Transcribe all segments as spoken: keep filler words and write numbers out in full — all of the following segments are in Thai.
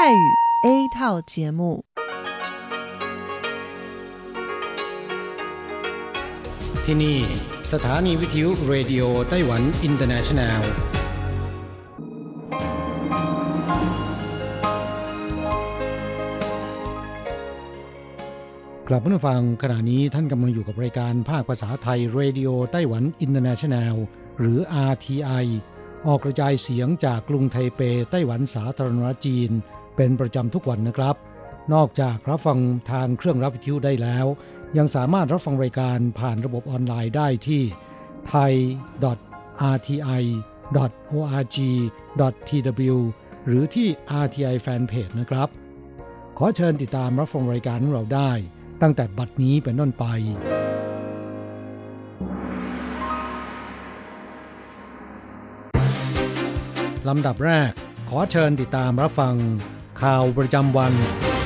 语 A 套节目ที่นี่สถานีวิทยุเรดิโอไต้หวันอินเตอร์เนชั่นแนลกลับมาฟังขณะนี้ท่านกำลังอยู่กับรายการภาคภาษาไทยเรดิโอไต้หวันอินเตอร์เนชั่นแนลหรือ อาร์ ที ไอ ออกกระจายเสียงจากกรุงไทเปไต้หวันสาธารณรัฐจีนเป็นประจำทุกวันนะครับนอกจากรับฟังทางเครื่องรับวิทยุได้แล้วยังสามารถรับฟังรายการผ่านระบบออนไลน์ได้ที่ ไทย ดอท อาร์ ที ไอ ดอท โอ อาร์ จี ดอท ที ดับเบิลยู หรือที่ อาร์ ที ไอ Fanpage นะครับขอเชิญติดตามรับฟังรายการของเราได้ตั้งแต่บัดนี้เป็นต้นไปลำดับแรกขอเชิญติดตามรับฟังข่าวประจำวัน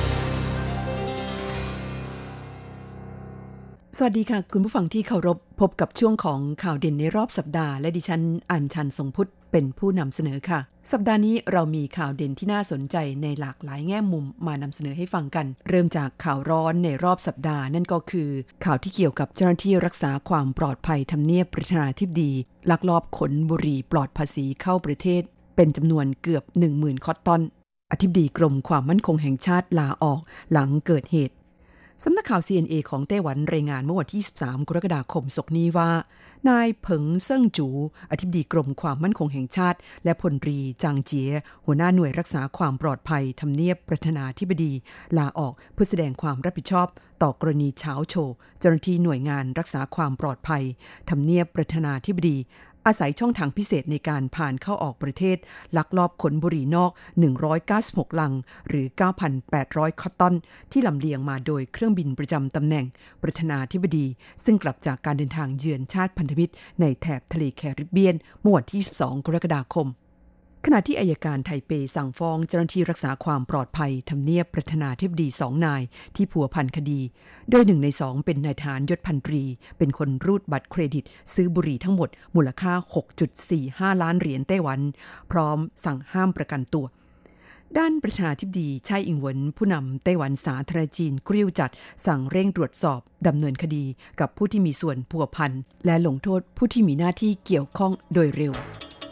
สวัสดีค่ะคุณผู้ฟังที่เคารพพบกับช่วงของข่าวเด่นในรอบสัปดาห์และดิฉันอัญชันทรงพุทธเป็นผู้นำเสนอค่ะสัปดาห์นี้เรามีข่าวเด่นที่น่าสนใจในหลากหลายแง่มุมมานำเสนอให้ฟังกันเริ่มจากข่าวร้อนในรอบสัปดาห์นั่นก็คือข่าวที่เกี่ยวกับเจ้าหน้าที่รักษาความปลอดภัยทำเนียบประธานาธิบดีลักลอบขนบุหรี่ปลอดภาษีเข้าประเทศเป็นจำนวนเกือบ หนึ่งหมื่น คอตตอนอธิบดีกรมความมั่นคงแห่งชาติลาออกหลังเกิดเหตุสำนักข่าว ซี เอ็น เอ ของไต้หวันรายงานเมื่อวันที่ยี่สิบสามกรกฎาคมศกนี้ว่านายเผิงเซิ่งจูอธิบดีกรมความมั่นคงแห่งชาติและพลตรีจางเจี๋ยหัวหน้าหน่วยรักษาความปลอดภัยทำเนียบประธานาธิบดีลาออกเพื่อแสดงความรับผิดชอบต่อกรณีเฉาโฉเจ้าหน้าที่หน่วยงานรักษาความปลอดภัยทำเนียบประธานาธิบดีอาศัยช่องทางพิเศษในการผ่านเข้าออกประเทศลักลอบขนบุหรี่นอกหนึ่งร้อยเก้าสิบหกลังหรือ เก้าพันแปดร้อย คอตตอนที่ลำเลียงมาโดยเครื่องบินประจำตำแหน่งประธานาธิบดีซึ่งกลับจากการเดินทางเยือนชาติพันธมิตรในแถบทะเลแคริบเบียนเมื่อวันที่ยี่สิบสองกรกฎาคมขณะที่อัยการไทเปสั่งฟ้องเจ้าหน้าที่รักษาความปลอดภัยทำเนียบประธานาธิบดีสองนายที่ผัวพันคดีโดยหนึ่งในสองเป็นนายทหารยศพันตรีเป็นคนรูดบัตรเครดิตซื้อบุหรี่ทั้งหมดมูลค่า หกจุดสี่ห้า ล้านเหรียญไต้หวันพร้อมสั่งห้ามประกันตัวด้านประธานาธิบดีไช่อิงเหวินผู้นำไต้หวันสาธารณจีนกริ้วจัดสั่งเร่งตรวจสอบดำเนินคดีกับผู้ที่มีส่วนผัวพันและลงโทษผู้ที่มีหน้าที่เกี่ยวข้องโดยเร็ว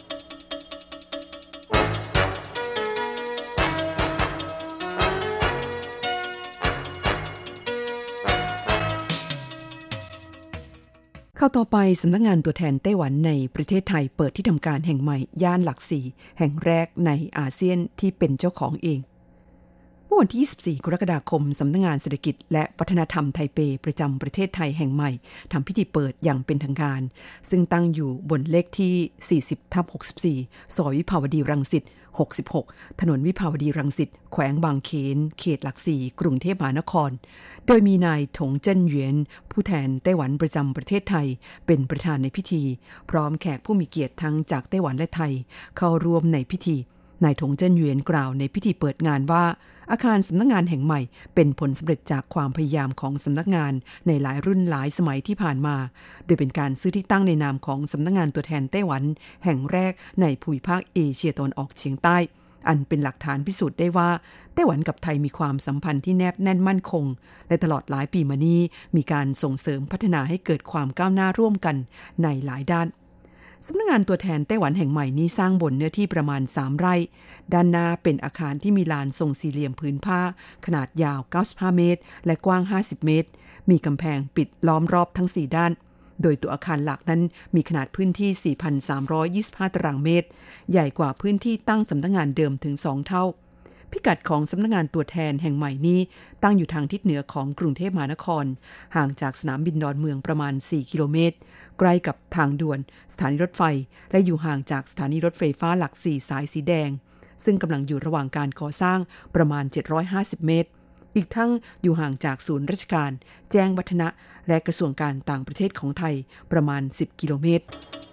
เข้าต่อไปสำนักงานตัวแทนไต้หวันในประเทศไทยเปิดที่ทำการแห่งใหม่ย่านหลักสี่แห่งแรกในอาเซียนที่เป็นเจ้าของเองเมื่อวันที่ยี่สิบสี่กรกฎาคมสำนักงานเศรษฐกิจและวัฒนธรรมไทเปประจำประเทศไทยแห่งใหม่ทำพิธีเปิดอย่างเป็นทางการซึ่งตั้งอยู่บนเลขที่ สี่สิบทับหกสิบสี่ ซอยวิภาวดีรังสิตหกสิบหกถนนวิภาวดีรังสิตแขวงบางเขนเขตหลักสี่กรุงเทพมหานครโดยมีนายถงเจิ้นเหวียนผู้แทนไต้หวันประจำประเทศไทยเป็นประธานในพิธีพร้อมแขกผู้มีเกียรติทั้งจากไต้หวันและไทยเข้าร่วมในพิธีนายถงเจิ้นเหวียนกล่าวในพิธีเปิดงานว่าอาคารสำนักงานแห่งใหม่เป็นผลสำเร็จจากความพยายามของสำนักงานในหลายรุ่นหลายสมัยที่ผ่านมาโดยเป็นการซื้อที่ตั้งในนามของสำนักงานตัวแทนไต้หวันแห่งแรกในภูมิภาคเอเชียตะวันออกเฉียงใต้อันเป็นหลักฐานพิสูจน์ได้ว่าไต้หวันกับไทยมีความสัมพันธ์ที่แนบแน่นมั่นคงและตลอดหลายปีมานี้มีการส่งเสริมพัฒนาให้เกิดความก้าวหน้าร่วมกันในหลายด้านสำนักงานตัวแทนไต้หวันแห่งใหม่นี้สร้างบนเนื้อที่ประมาณสามไร่ด้านหน้าเป็นอาคารที่มีลานทรงสี่เหลี่ยมผืนผ้าขนาดยาวเก้าสิบห้าเมตรและกว้างห้าสิบเมตรมีกำแพงปิดล้อมรอบทั้งสี่ด้านโดยตัวอาคารหลักนั้นมีขนาดพื้นที่ สี่พันสามร้อยยี่สิบห้า ตารางเมตรใหญ่กว่าพื้นที่ตั้งสำนักงานเดิมถึงสองเท่าพิกัดของสำนักงานตัวแทนแห่งใหม่นี้ตั้งอยู่ทางทิศเหนือของกรุงเทพมหานครห่างจากสนามบินดอนเมืองประมาณสี่กิโลเมตรใกล้กับทางด่วนสถานีรถไฟและอยู่ห่างจากสถานีรถไฟฟ้าหลักสี่สายสีแดงซึ่งกำลังอยู่ระหว่างการก่อสร้างประมาณเจ็ดร้อยห้าสิบเมตรอีกทั้งอยู่ห่างจากศูนย์ราชการแจ้งวัฒนะและกระทรวงการต่างประเทศของไทยประมาณสิบกิโลเมตร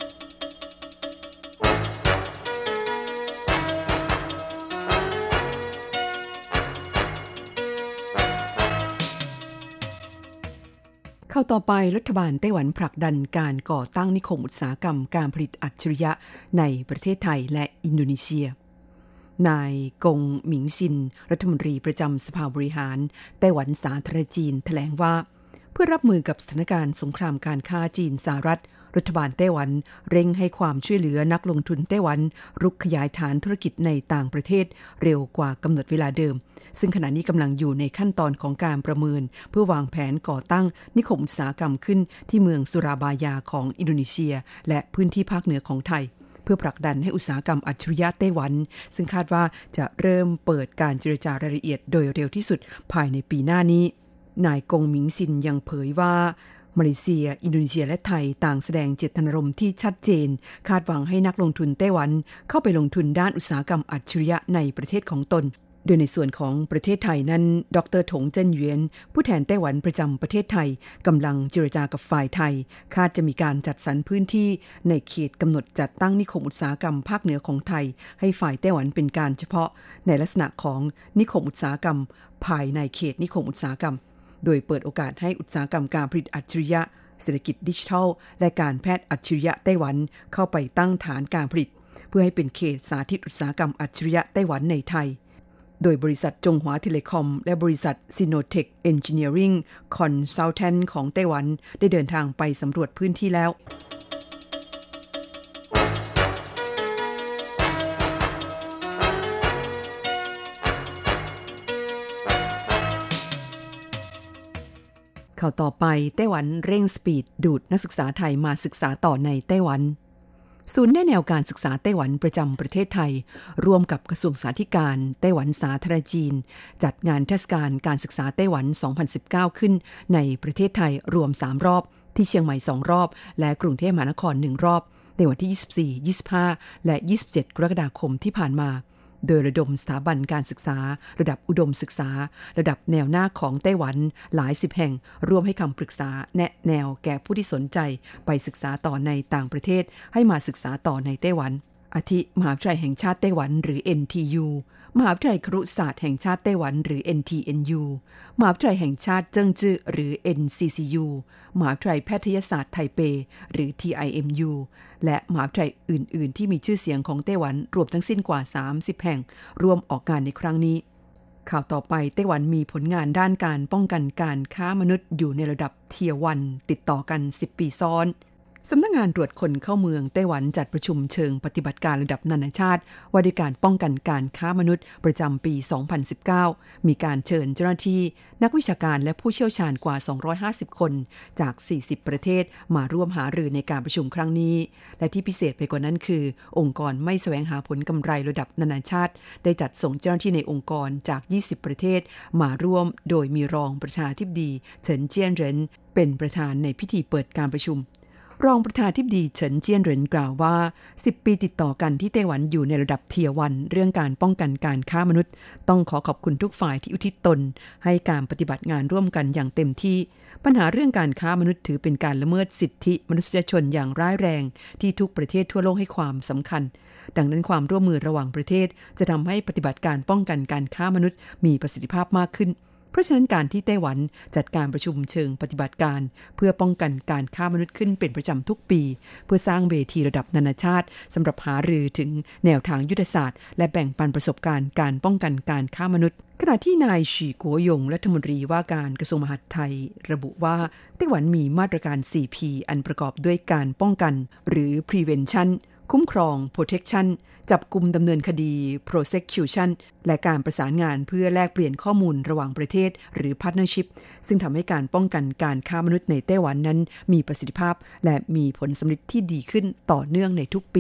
เข้าต่อไปรัฐบาลไต้หวันผลักดันการก่อตั้งนิคมอุตสาหกรรมการผลิตอัจฉริยะในประเทศไทยและอินโดนีเซียนายกงหมิงซินรัฐมนตรีประจำสภาบริหารไต้หวันสาธารณจีนแถลงว่าเพื่อรับมือกับสถานการณ์สงครามการค้าจีนสหรัฐรัฐบาลไต้หวันเร่งให้ความช่วยเหลือนักลงทุนไต้หวันรุกขยายฐานธุรกิจในต่างประเทศเร็วกว่ากำหนดเวลาเดิมซึ่งขณะนี้กำลังอยู่ในขั้นตอนของการประเมินเพื่อวางแผนก่อตั้งนิคมอุตสาหกรรมขึ้นที่เมืองสุราบายาของอินโดนีเซียและพื้นที่ภาคเหนือของไทยเพื่อผลักดันให้อุตสาหกรรมอัจฉริยะไต้หวันซึ่งคาดว่าจะเริ่มเปิดการเจรจารายละเอียดโดยเร็วที่สุดภายในปีหน้านี้นายกงหมิงซินยังเผยว่ามาเลเซียอินโดนีเซียและไทยต่างแสดงเจตนารมณ์ที่ชัดเจนคาดหวังให้นักลงทุนไต้หวันเข้าไปลงทุนด้านอุตสาหกรรมอัจฉริยะในประเทศของตนโดยในส่วนของประเทศไทยนั้นดร.ถงเจิ้นเหวียนผู้แทนไต้หวันประจำประเทศไทยกำลังเจรจากับฝ่ายไทยคาดจะมีการจัดสรรพื้นที่ในเขตกำหนดจัดตั้งนิคมอุตสาหกรรมภาคเหนือของไทยให้ฝ่ายไต้หวันเป็นการเฉพาะในลักษณะของนิคมอุตสาหกรรมภายในเขตนิคมอุตสาหกรรมโดยเปิดโอกาสให้อุตสาหกรรมการผลิตอัจฉริยะเศรษฐกิจดิจิทัลและการแพทย์อัจฉริยะไต้หวันเข้าไปตั้งฐานการผลิตเพื่อให้เป็นเขตสาธิตอุตสาหกรรมอัจฉริยะไต้หวันในไทยโดยบริษัทจงหวาเทเลคอมและบริษัท Sinotech Engineering Consultant ของไต้หวันได้เดินทางไปสำรวจพื้นที่แล้วข่าวต่อไปไต้หวันเร่งสปีดดูดนักศึกษาไทยมาศึกษาต่อในไต้หวันศูนย์แนะแนวการศึกษาไต้หวันประจำประเทศไทยร่วมกับกระทรวงสาธารณสุขไต้หวันสาธารณจีนจัดงานเทศกาลการศึกษาไต้หวันสองพันสิบเก้าขึ้นในประเทศไทยรวมสามรอบที่เชียงใหม่สองรอบและกรุงเทพมหานครหนึ่งรอบในวันที่ยี่สิบสี่ ยี่สิบห้าและยี่สิบเจ็ดกรกฎาคมที่ผ่านมาโดยระดมสถาบันการศึกษาระดับอุดมศึกษาระดับแนวหน้าของไต้หวันหลายสิบแห่งร่วมให้คำปรึกษาแนะแนวแก่ผู้ที่สนใจไปศึกษาต่อในต่างประเทศให้มาศึกษาต่อในไต้หวันอาทิมหาวิทยาลัยแห่งชาติไต้หวันหรือ เอ็น ที ยู มหาวิทยาลัยครุศาสตร์แห่งชาติไต้หวันหรือ เอ็น ที เอ็น ยู มหาวิทยาลัยแห่งชาติเจิ้งจื้อหรือ เอ็น ซี ซี ยู มหาวิทยาลัยแพทยศาสตร์ไทเปหรือ ที ไอ เอ็ม ยู และมหาวิทยาลัยอื่นๆที่มีชื่อเสียงของไต้หวันรวมทั้งสิ้นกว่าสามสิบแห่งร่วมออกงานในครั้งนี้ข่าวต่อไปไต้หวันมีผลงานด้านการป้องกันการค้ามนุษย์อยู่ในระดับเทียร์วันติดต่อกันสิบปีซ้อนสำนักงานตรวจคนเข้าเมืองไต้หวันจัดประชุมเชิงปฏิบัติการระดับนานาชาติว่าด้วยการป้องกันการค้ามนุษย์ประจำปีสองพันสิบเก้ามีการเชิญเจ้าหน้าที่นักวิชาการและผู้เชี่ยวชาญกว่าสองร้อยห้าสิบคนจากสี่สิบประเทศมาร่วมหารือในการประชุมครั้งนี้และที่พิเศษไปกว่านั้นคือองค์กรไม่แสวงหาผลกำไรระดับนานาชาติได้จัดส่งเจ้าหน้าที่ในองค์กรจากยี่สิบประเทศมาร่วมโดยมีรองประธานาธิบดีเฉินเจี้ยนเหรินเป็นประธานในพิธีเปิดการประชุมรองประธานาธิบดีเฉินเจี้ยนเหรินกล่าวว่าสิบปีติดต่อกันที่ไต้หวันอยู่ในระดับเทียร์วันเรื่องการป้องกันการค้ามนุษย์ต้องขอขอบคุณทุกฝ่ายที่อุทิศตนให้การปฏิบัติงานร่วมกันอย่างเต็มที่ปัญหาเรื่องการค้ามนุษย์ถือเป็นการละเมิดสิทธิมนุษยชนอย่างร้ายแรงที่ทุกประเทศทั่วโลกให้ความสำคัญดังนั้นความร่วมมือระหว่างประเทศจะทำให้ปฏิบัติการป้องกันการค้ามนุษย์มีประสิทธิภาพมากขึ้นเพราะฉะนั้นการที่ไต้หวันจัดการประชุมเชิงปฏิบัติการเพื่อป้องกันการค้ามนุษย์ขึ้นเป็นประจำทุกปีเพื่อสร้างเวทีระดับนานาชาติสำหรับหารือถึงแนวทางยุทธศาสตร์และแบ่งปันประสบการณ์การป้องกันการค้ามนุษย์ขณะที่นายฉีกัวยงรัฐมนตรีว่าการกระทรวงมหาดไทยระบุว่าไต้หวันมีมาตรการ โฟร์ พี อันประกอบด้วยการป้องกันหรือ preventionคุ้มครอง protection จับกุมดำเนินคดี prosecution และการประสานงานเพื่อแลกเปลี่ยนข้อมูลระหว่างประเทศหรือ partnership ซึ่งทำให้การป้องกันการค้ามนุษย์ในไต้หวันนั้นมีประสิทธิภาพและมีผลสำเร็จที่ดีขึ้นต่อเนื่องในทุกปี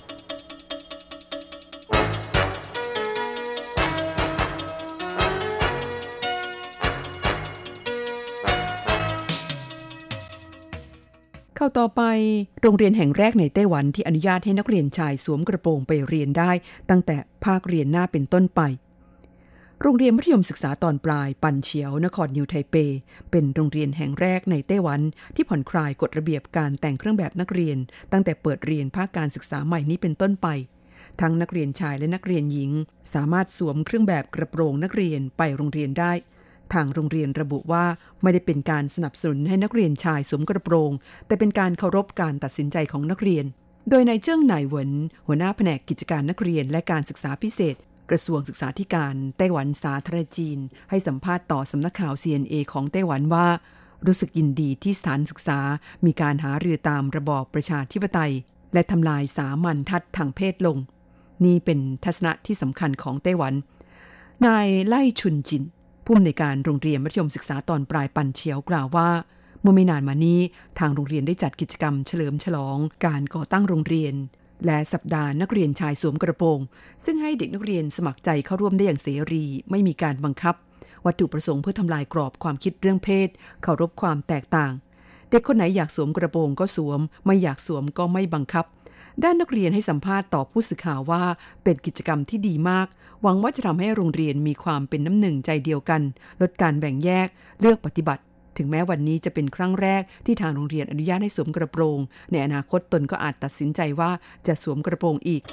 เข้าต่อไปโรงเรียนแห่งแรกในไต้หวันที่อนุญาตให้นักเรียนชายสวมกระโปรงไปเรียนได้ตั้งแต่ภาคเรียนหน้าเป็นต้นไปโรงเรียนมัธยมศึกษาตอนปลายปันเฉียวนครนิวไทเปเป็นโรงเรียนแห่งแรกในไต้หวันที่ผ่อนคลายกฎระเบียบการแต่งเครื่องแบบนักเรียนตั้งแต่เปิดเรียนภาคการศึกษาใหม่นี้เป็นต้นไปทั้งนักเรียนชายและนักเรียนหญิงสามารถสวมเครื่องแบบกระโปรงนักเรียนไปโรงเรียนได้ทางโรงเรียนระบุว่าไม่ได้เป็นการสนับสนุนให้นักเรียนชายสวมกระโปรงแต่เป็นการเคารพการตัดสินใจของนักเรียนโดยนายเจิ้งหน่ายเหวินหัวหน้าแผนกกิจการนักเรียนและการศึกษาพิเศษกระทรวงศึกษาธิการไต้หวันสาธารณรัฐจีนให้สัมภาษณ์ต่อสำนักข่าว ซี เอ็น เอ ของไต้หวันว่ารู้สึกยินดีที่สถานศึกษามีการหารือตามระบอบประชาธิปไตยและทำลายสามัญทัดทางเพศลงนี่เป็นทัศนะที่สำคัญของไต้หวันนายไล่ชุนจินผู้อำนวยการโรงเรียนมัธยมศึกษาตอนปลายปันเฉียวกล่าวว่าเมื่อไม่นานมานี้ทางโรงเรียนได้จัดกิจกรรมเฉลิมฉลองการก่อตั้งโรงเรียนและสัปดาห์นักเรียนชายสวมกระโปรงซึ่งให้เด็กนักเรียนสมัครใจเข้าร่วมได้อย่างเสรีไม่มีการบังคับวัตถุประสงค์เพื่อทำลายกรอบความคิดเรื่องเพศเคารพความแตกต่างเด็กคนไหนอยากสวมกระโปรงก็สวมไม่อยากสวมก็ไม่บังคับด้านนักเรียนให้สัมภาษณ์ต่อผู้สื่อข่าวว่าเป็นกิจกรรมที่ดีมากหวังว่าจะทำให้โรงเรียนมีความเป็นน้ำหนึ่งใจเดียวกันลดการแบ่งแยกเลือกปฏิบัติถึงแม้วันนี้จะเป็นครั้งแรกที่ทางโรงเรียนอนุญาตให้สวมกระโปรงในอนาคตตนก็อาจตัดสินใจว่าจะสวมกระโปรงอีก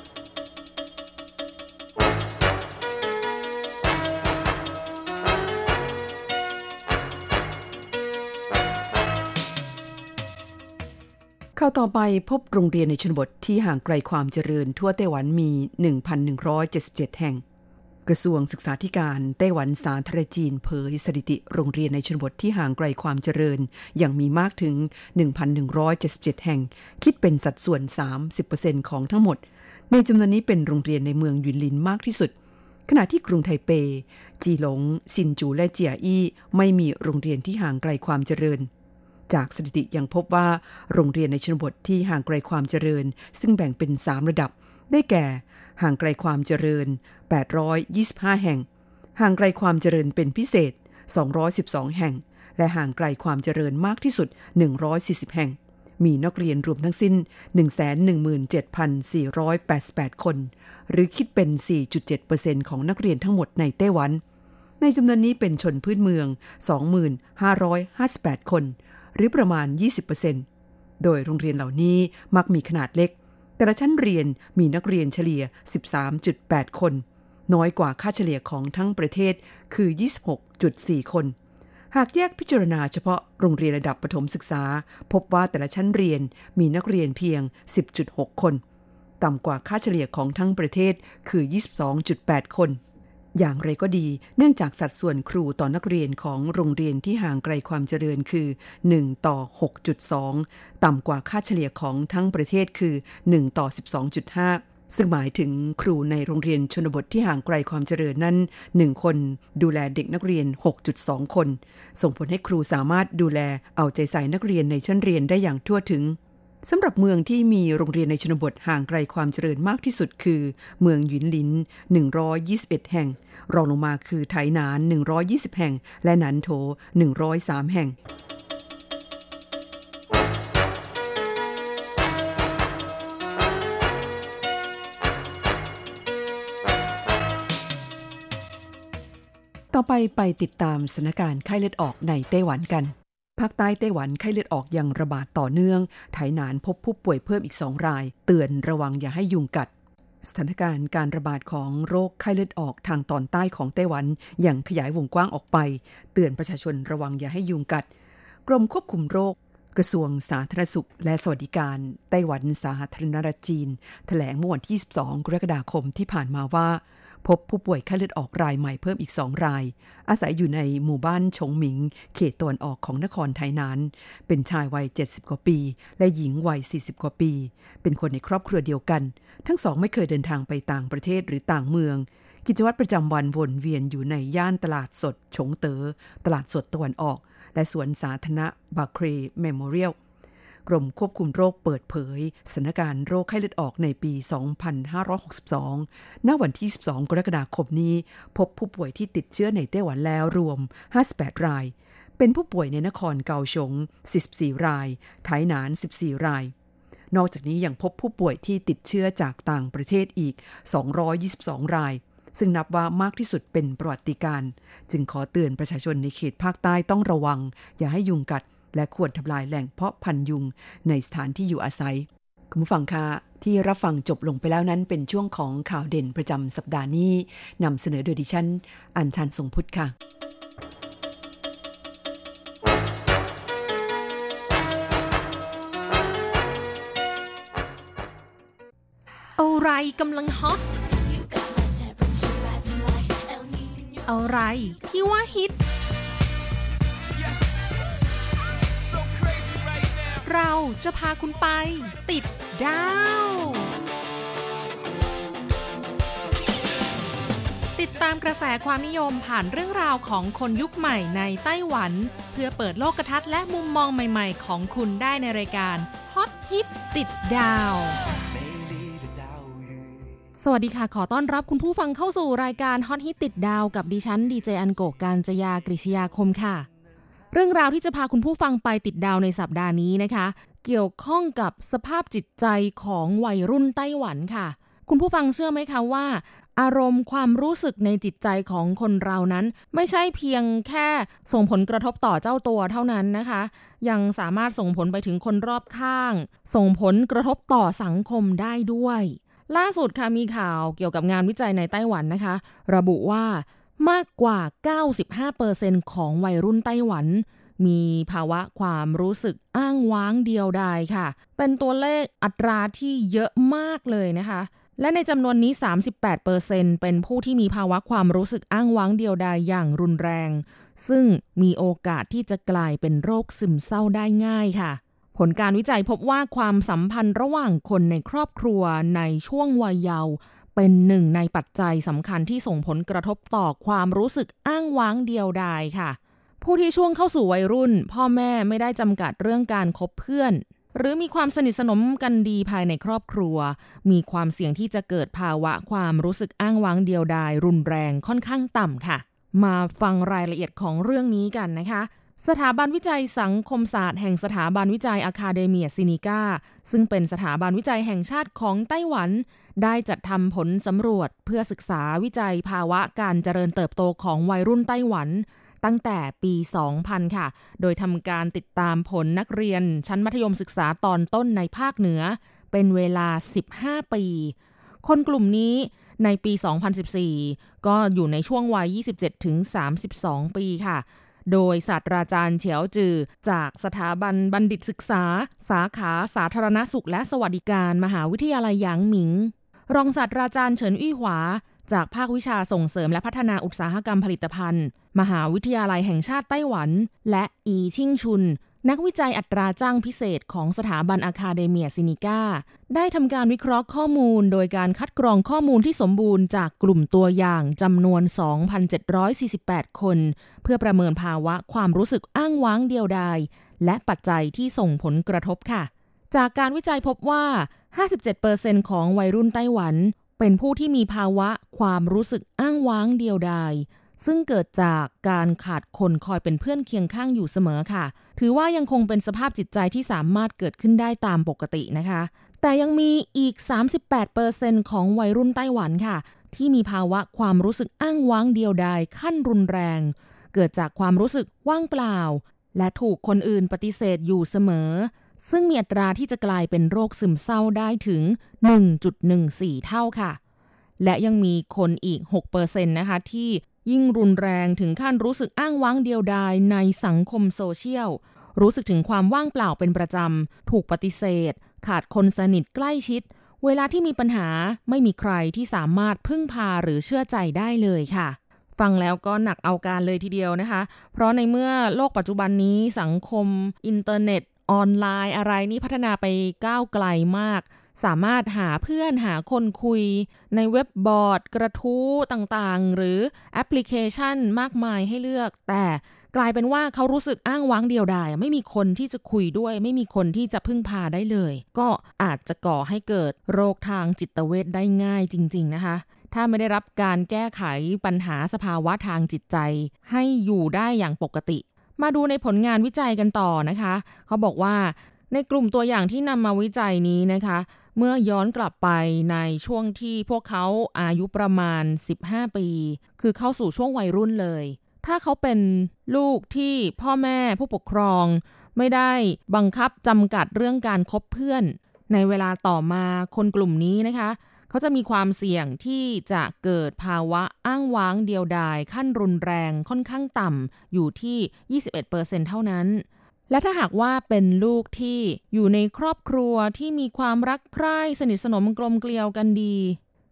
เข้าต่อไปพบโรงเรียนในชนบทที่ห่างไกลความเจริญทั่วไต้หวันมี หนึ่งพันหนึ่งร้อยเจ็ดสิบเจ็ด แห่งกระทรวงศึกษาธิการไต้หวันสาธารณรัฐจีนเผยสถิติโรงเรียนในชนบทที่ห่างไกลความเจริญอย่างมีมากถึง หนึ่งพันหนึ่งร้อยเจ็ดสิบเจ็ด แห่งคิดเป็นสัดส่วน สามสิบเปอร์เซ็นต์ ของทั้งหมดในจำนวนนี้เป็นโรงเรียนในเมืองหยุนลินมากที่สุดขณะที่กรุงไทเปจีหลงซินจูและเจียอี้ไม่มีโรงเรียนที่ห่างไกลความเจริญจากสถิติยังพบว่าโรงเรียนในชนบทที่ห่างไกลความเจริญซึ่งแบ่งเป็นสามระดับได้แก่ห่างไกลความเจริญแปดร้อยยี่สิบห้าแห่งห่างไกลความเจริญเป็นพิเศษสองร้อยสิบสองแห่งและห่างไกลความเจริญมากที่สุดหนึ่งร้อยสี่สิบแห่งมีนักเรียนรวมทั้งสิ้น หนึ่งแสนหนึ่งหมื่นเจ็ดพันสี่ร้อยแปดสิบแปด คนหรือคิดเป็น สี่จุดเจ็ดเปอร์เซ็นต์ ของนักเรียนทั้งหมดในไต้หวันในจำนวนนี้เป็นชนพื้นเมือง สองพันห้าร้อยห้าสิบแปด คนหรือประมาณ ยี่สิบเปอร์เซ็นต์ โดยโรงเรียนเหล่านี้มักมีขนาดเล็กแต่ละชั้นเรียนมีนักเรียนเฉลี่ย สิบสามจุดแปด คนน้อยกว่าค่าเฉลี่ยของทั้งประเทศคือ ยี่สิบหกจุดสี่ คนหากแยกพิจารณาเฉพาะโรงเรียนระดับประถมศึกษาพบว่าแต่ละชั้นเรียนมีนักเรียนเพียง สิบจุดหก คนต่ำกว่าค่าเฉลี่ยของทั้งประเทศคือ ยี่สิบสองจุดแปด คนอย่างไรก็ดีเนื่องจากสัดส่วนครูต่อนักเรียนของโรงเรียนที่ห่างไกลความเจริญคือหนึ่งต่อ หกจุดสอง ต่ำกว่าค่าเฉลี่ยของทั้งประเทศคือหนึ่งต่อ สิบสองจุดห้า ซึ่งหมายถึงครูในโรงเรียนชนบทที่ห่างไกลความเจริญนั้นหนึ่งคนดูแลเด็กนักเรียน หกจุดสอง คนส่งผลให้ครูสามารถดูแลเอาใจใส่นักเรียนในชั้นเรียนได้อย่างทั่วถึงสำหรับเมืองที่มีโรงเรียนในชนบทห่างไกลความเจริญมากที่สุดคือเมืองหยุนหลินหนึ่งร้อยยี่สิบเอ็ดแห่งรองลงมาคือไถหนานหนึ่งร้อยยี่สิบแห่งและหนานโถหนึ่งร้อยสามแห่งต่อไปไปติดตามสถานการณ์ไข้เลือดออกในไต้หวันกันภาคใต้ไต้หวันไข้เลือดออกยังระบาดต่อเนื่องไถหนานพบผู้ป่วยเพิ่มอีกสองรายเตือนระวังอย่าให้ยุงกัดสถานการณ์การระบาดของโรคไข้เลือดออกทางตอนใต้ของไต้หวันยังขยายวงกว้างออกไปเตือนประชาชนระวังอย่าให้ยุงกัดกรมควบคุมโรคกระทรวงสาธารณสุขและสวัสดิการไต้หวันสาธารณรัฐจีนแถลงเมื่อวันที่ยี่สิบสองกรกฎาคมที่ผ่านมาว่าพบผู้ป่วยไข้เลือดออกรายใหม่เพิ่มอีกสองรายอาศัยอยู่ในหมู่บ้านฉงหมิงเขตตะวันออกของนครไทหนานเป็นชายวัยเจ็ดสิบกว่าปีและหญิงวัยสี่สิบกว่าปีเป็นคนในครอบครัวเดียวกันทั้งสองไม่เคยเดินทางไปต่างประเทศหรือต่างเมืองกิจวัตรประจำวันวนเวียนอยู่ในย่านตลาดสดฉงเต๋อตลาดสดตะวันออกและสวนสาธารณะบาเครเมโมเรียลกรมควบคุมโรคเปิดเผยสถานการณ์โรคไข้เลือดออกในปี สองพันห้าร้อยหกสิบสอง ณ วันที่สิบสองกรกฎาคมนี้พบผู้ป่วยที่ติดเชื้อในไต้หวันแล้วรวมห้าสิบแปดรายเป็นผู้ป่วยในนครเกาฉงสี่สิบสี่รายไถหนานสิบสี่รายนอกจากนี้ยังพบผู้ป่วยที่ติดเชื้อจากต่างประเทศอีกสองร้อยยี่สิบสองรายซึ่งนับว่ามากที่สุดเป็นประวัติการณ์จึงขอเตือนประชาชนในเขตภาคใต้ต้องระวังอย่าให้ยุงกัดและควรทำลายแหล่งเพาะพันธุ์ยุงในสถานที่อยู่อาศัยคุณผู้ฟังคะที่รับฟังจบลงไปแล้วนั้นเป็นช่วงของข่าวเด่นประจำสัปดาห์นี้นำเสนอโดยดิฉันอัญชันทรงพุทธค่ะอะไรกำลังฮอตอะไรที่ว่าฮิต yes. so right เราจะพาคุณไปติดดาวติดตามกระแสความนิยมผ่านเรื่องราวของคนยุคใหม่ในไต้หวันเพื่อเปิดโลกทัศน์และมุมมองใหม่ๆของคุณได้ในรายการฮอตฮิตติดดาวสวัสดีค่ะขอต้อนรับคุณผู้ฟังเข้าสู่รายการฮอตฮิตติดดาวกับดิฉันดีเจอันโกกาญจยากฤษยาคมค่ะเรื่องราวที่จะพาคุณผู้ฟังไปติดดาวในสัปดาห์นี้นะคะเกี่ยวข้องกับสภาพจิตใจของวัยรุ่นไต้หวันค่ะคุณผู้ฟังเชื่อไหมคะว่าอารมณ์ความรู้สึกในจิตใจของคนเรานั้นไม่ใช่เพียงแค่ส่งผลกระทบต่อเจ้าตัวเท่านั้นนะคะยังสามารถส่งผลไปถึงคนรอบข้างส่งผลกระทบต่อสังคมได้ด้วยล่าสุดค่ะมีข่าวเกี่ยวกับงานวิจัยในไต้หวันนะคะระบุว่ามากกว่า เก้าสิบห้าเปอร์เซ็นต์ ของวัยรุ่นไต้หวันมีภาวะความรู้สึกอ้างว้างเดียวดายค่ะเป็นตัวเลขอัตราที่เยอะมากเลยนะคะและในจำนวนนี้ สามสิบแปดเปอร์เซ็นต์ เป็นผู้ที่มีภาวะความรู้สึกอ้างว้างเดียวดายอย่างรุนแรงซึ่งมีโอกาสที่จะกลายเป็นโรคซึมเศร้าได้ง่ายค่ะผลการวิจัยพบว่าความสัมพันธ์ระหว่างคนในครอบครัวในช่วงวัยเยาว์เป็นหนึ่งในปัจจัยสำคัญที่ส่งผลกระทบต่อความรู้สึกอ้างว้างเดียวดายค่ะผู้ที่ช่วงเข้าสู่วัยรุ่นพ่อแม่ไม่ได้จำกัดเรื่องการคบเพื่อนหรือมีความสนิทสนมกันดีภายในครอบครัวมีความเสี่ยงที่จะเกิดภาวะความรู้สึกอ้างว้างเดียวดายรุนแรงค่อนข้างต่ำค่ะมาฟังรายละเอียดของเรื่องนี้กันนะคะสถาบันวิจัยสังคมศาสตร์แห่งสถาบันวิจัยอะคาเดเมียซินิก้าซึ่งเป็นสถาบันวิจัยแห่งชาติของไต้หวันได้จัดทำผลสำรวจเพื่อศึกษาวิจัยภาวะการเจริญเติบโตของวัยรุ่นไต้หวันตั้งแต่ปี สองพัน ค่ะโดยทำการติดตามผลนักเรียนชั้นมัธยมศึกษาตอนต้นในภาคเหนือเป็นเวลาสิบห้าปีคนกลุ่มนี้ในปี สองพันสิบสี่ ก็อยู่ในช่วงวัย ยี่สิบเจ็ดถึงสามสิบสอง ปีค่ะโดยศาสตราจารย์เฉียวจือจากสถาบันบัณฑิตศึกษาสาขาสาธารณสุขและสวัสดิการมหาวิทยาลัยหยางหมิงรองศาสตราจารย์เฉินอี้หวาจากภาควิชาส่งเสริมและพัฒนาอุตสาหกรรมผลิตภัณฑ์มหาวิทยาลัยแห่งชาติไต้หวันและอีชิ่งชุนนักวิจัยอัตราจ้างพิเศษของสถาบันอะคาเดเมียซินิก้าได้ทำการวิเคราะห์ข้อมูลโดยการคัดกรองข้อมูลที่สมบูรณ์จากกลุ่มตัวอย่างจำนวน สองพันเจ็ดร้อยสี่สิบแปด คนเพื่อประเมินภาวะความรู้สึกอ้างว้างเดียวดายและปัจจัยที่ส่งผลกระทบค่ะจากการวิจัยพบว่า ห้าสิบเจ็ดเปอร์เซ็นต์ ของวัยรุ่นไต้หวันเป็นผู้ที่มีภาวะความรู้สึกอ้างว้างเดียวดายซึ่งเกิดจากการขาดคนคอยเป็นเพื่อนเคียงข้างอยู่เสมอค่ะถือว่ายังคงเป็นสภาพจิตใจที่สามารถเกิดขึ้นได้ตามปกตินะคะแต่ยังมีอีก สามสิบแปดเปอร์เซ็นต์ ของวัยรุ่นไต้หวันค่ะที่มีภาวะความรู้สึกอ้างว้างเดียวดายขั้นรุนแรงเกิดจากความรู้สึกว่างเปล่าและถูกคนอื่นปฏิเสธอยู่เสมอซึ่งมีอัตราที่จะกลายเป็นโรคซึมเศร้าได้ถึง หนึ่งจุดหนึ่งสี่ เท่าค่ะและยังมีคนอีก หกเปอร์เซ็นต์ นะคะที่ยิ่งรุนแรงถึงขั้นรู้สึกอ้างว้างเดียวดายในสังคมโซเชียลรู้สึกถึงความว่างเปล่าเป็นประจำถูกปฏิเสธขาดคนสนิทใกล้ชิดเวลาที่มีปัญหาไม่มีใครที่สามารถพึ่งพาหรือเชื่อใจได้เลยค่ะฟังแล้วก็หนักเอาการเลยทีเดียวนะคะเพราะในเมื่อโลกปัจจุบันนี้สังคมอินเทอร์เน็ตออนไลน์อะไรนี่พัฒนาไปก้าวไกลมากสามารถหาเพื่อนหาคนคุยในเว็บบอร์ดกระทู้ต่างๆหรือแอปพลิเคชันมากมายให้เลือกแต่กลายเป็นว่าเขารู้สึกอ้างว้างเดียวดายไม่มีคนที่จะคุยด้วยไม่มีคนที่จะพึ่งพาได้เลยก็อาจจะก่อให้เกิดโรคทางจิตเวชได้ง่ายจริงๆนะคะถ้าไม่ได้รับการแก้ไขปัญหาสภาวะทางจิตใจให้อยู่ได้อย่างปกติมาดูในผลงานวิจัยกันต่อนะคะเขาบอกว่าในกลุ่มตัวอย่างที่นำมาวิจัยนี้นะคะเมื่อย้อนกลับไปในช่วงที่พวกเขาอายุประมาณสิบห้าปีคือเข้าสู่ช่วงวัยรุ่นเลยถ้าเขาเป็นลูกที่พ่อแม่ผู้ปกครองไม่ได้บังคับจำกัดเรื่องการคบเพื่อนในเวลาต่อมาคนกลุ่มนี้นะคะเขาจะมีความเสี่ยงที่จะเกิดภาวะอ้างว้างเดียวดายขั้นรุนแรงค่อนข้างต่ำอยู่ที่ ยี่สิบเอ็ดเปอร์เซ็นต์ เท่านั้นและถ้าหากว่าเป็นลูกที่อยู่ในครอบครัวที่มีความรักใคร่สนิทสนมกลมเกลียวกันดี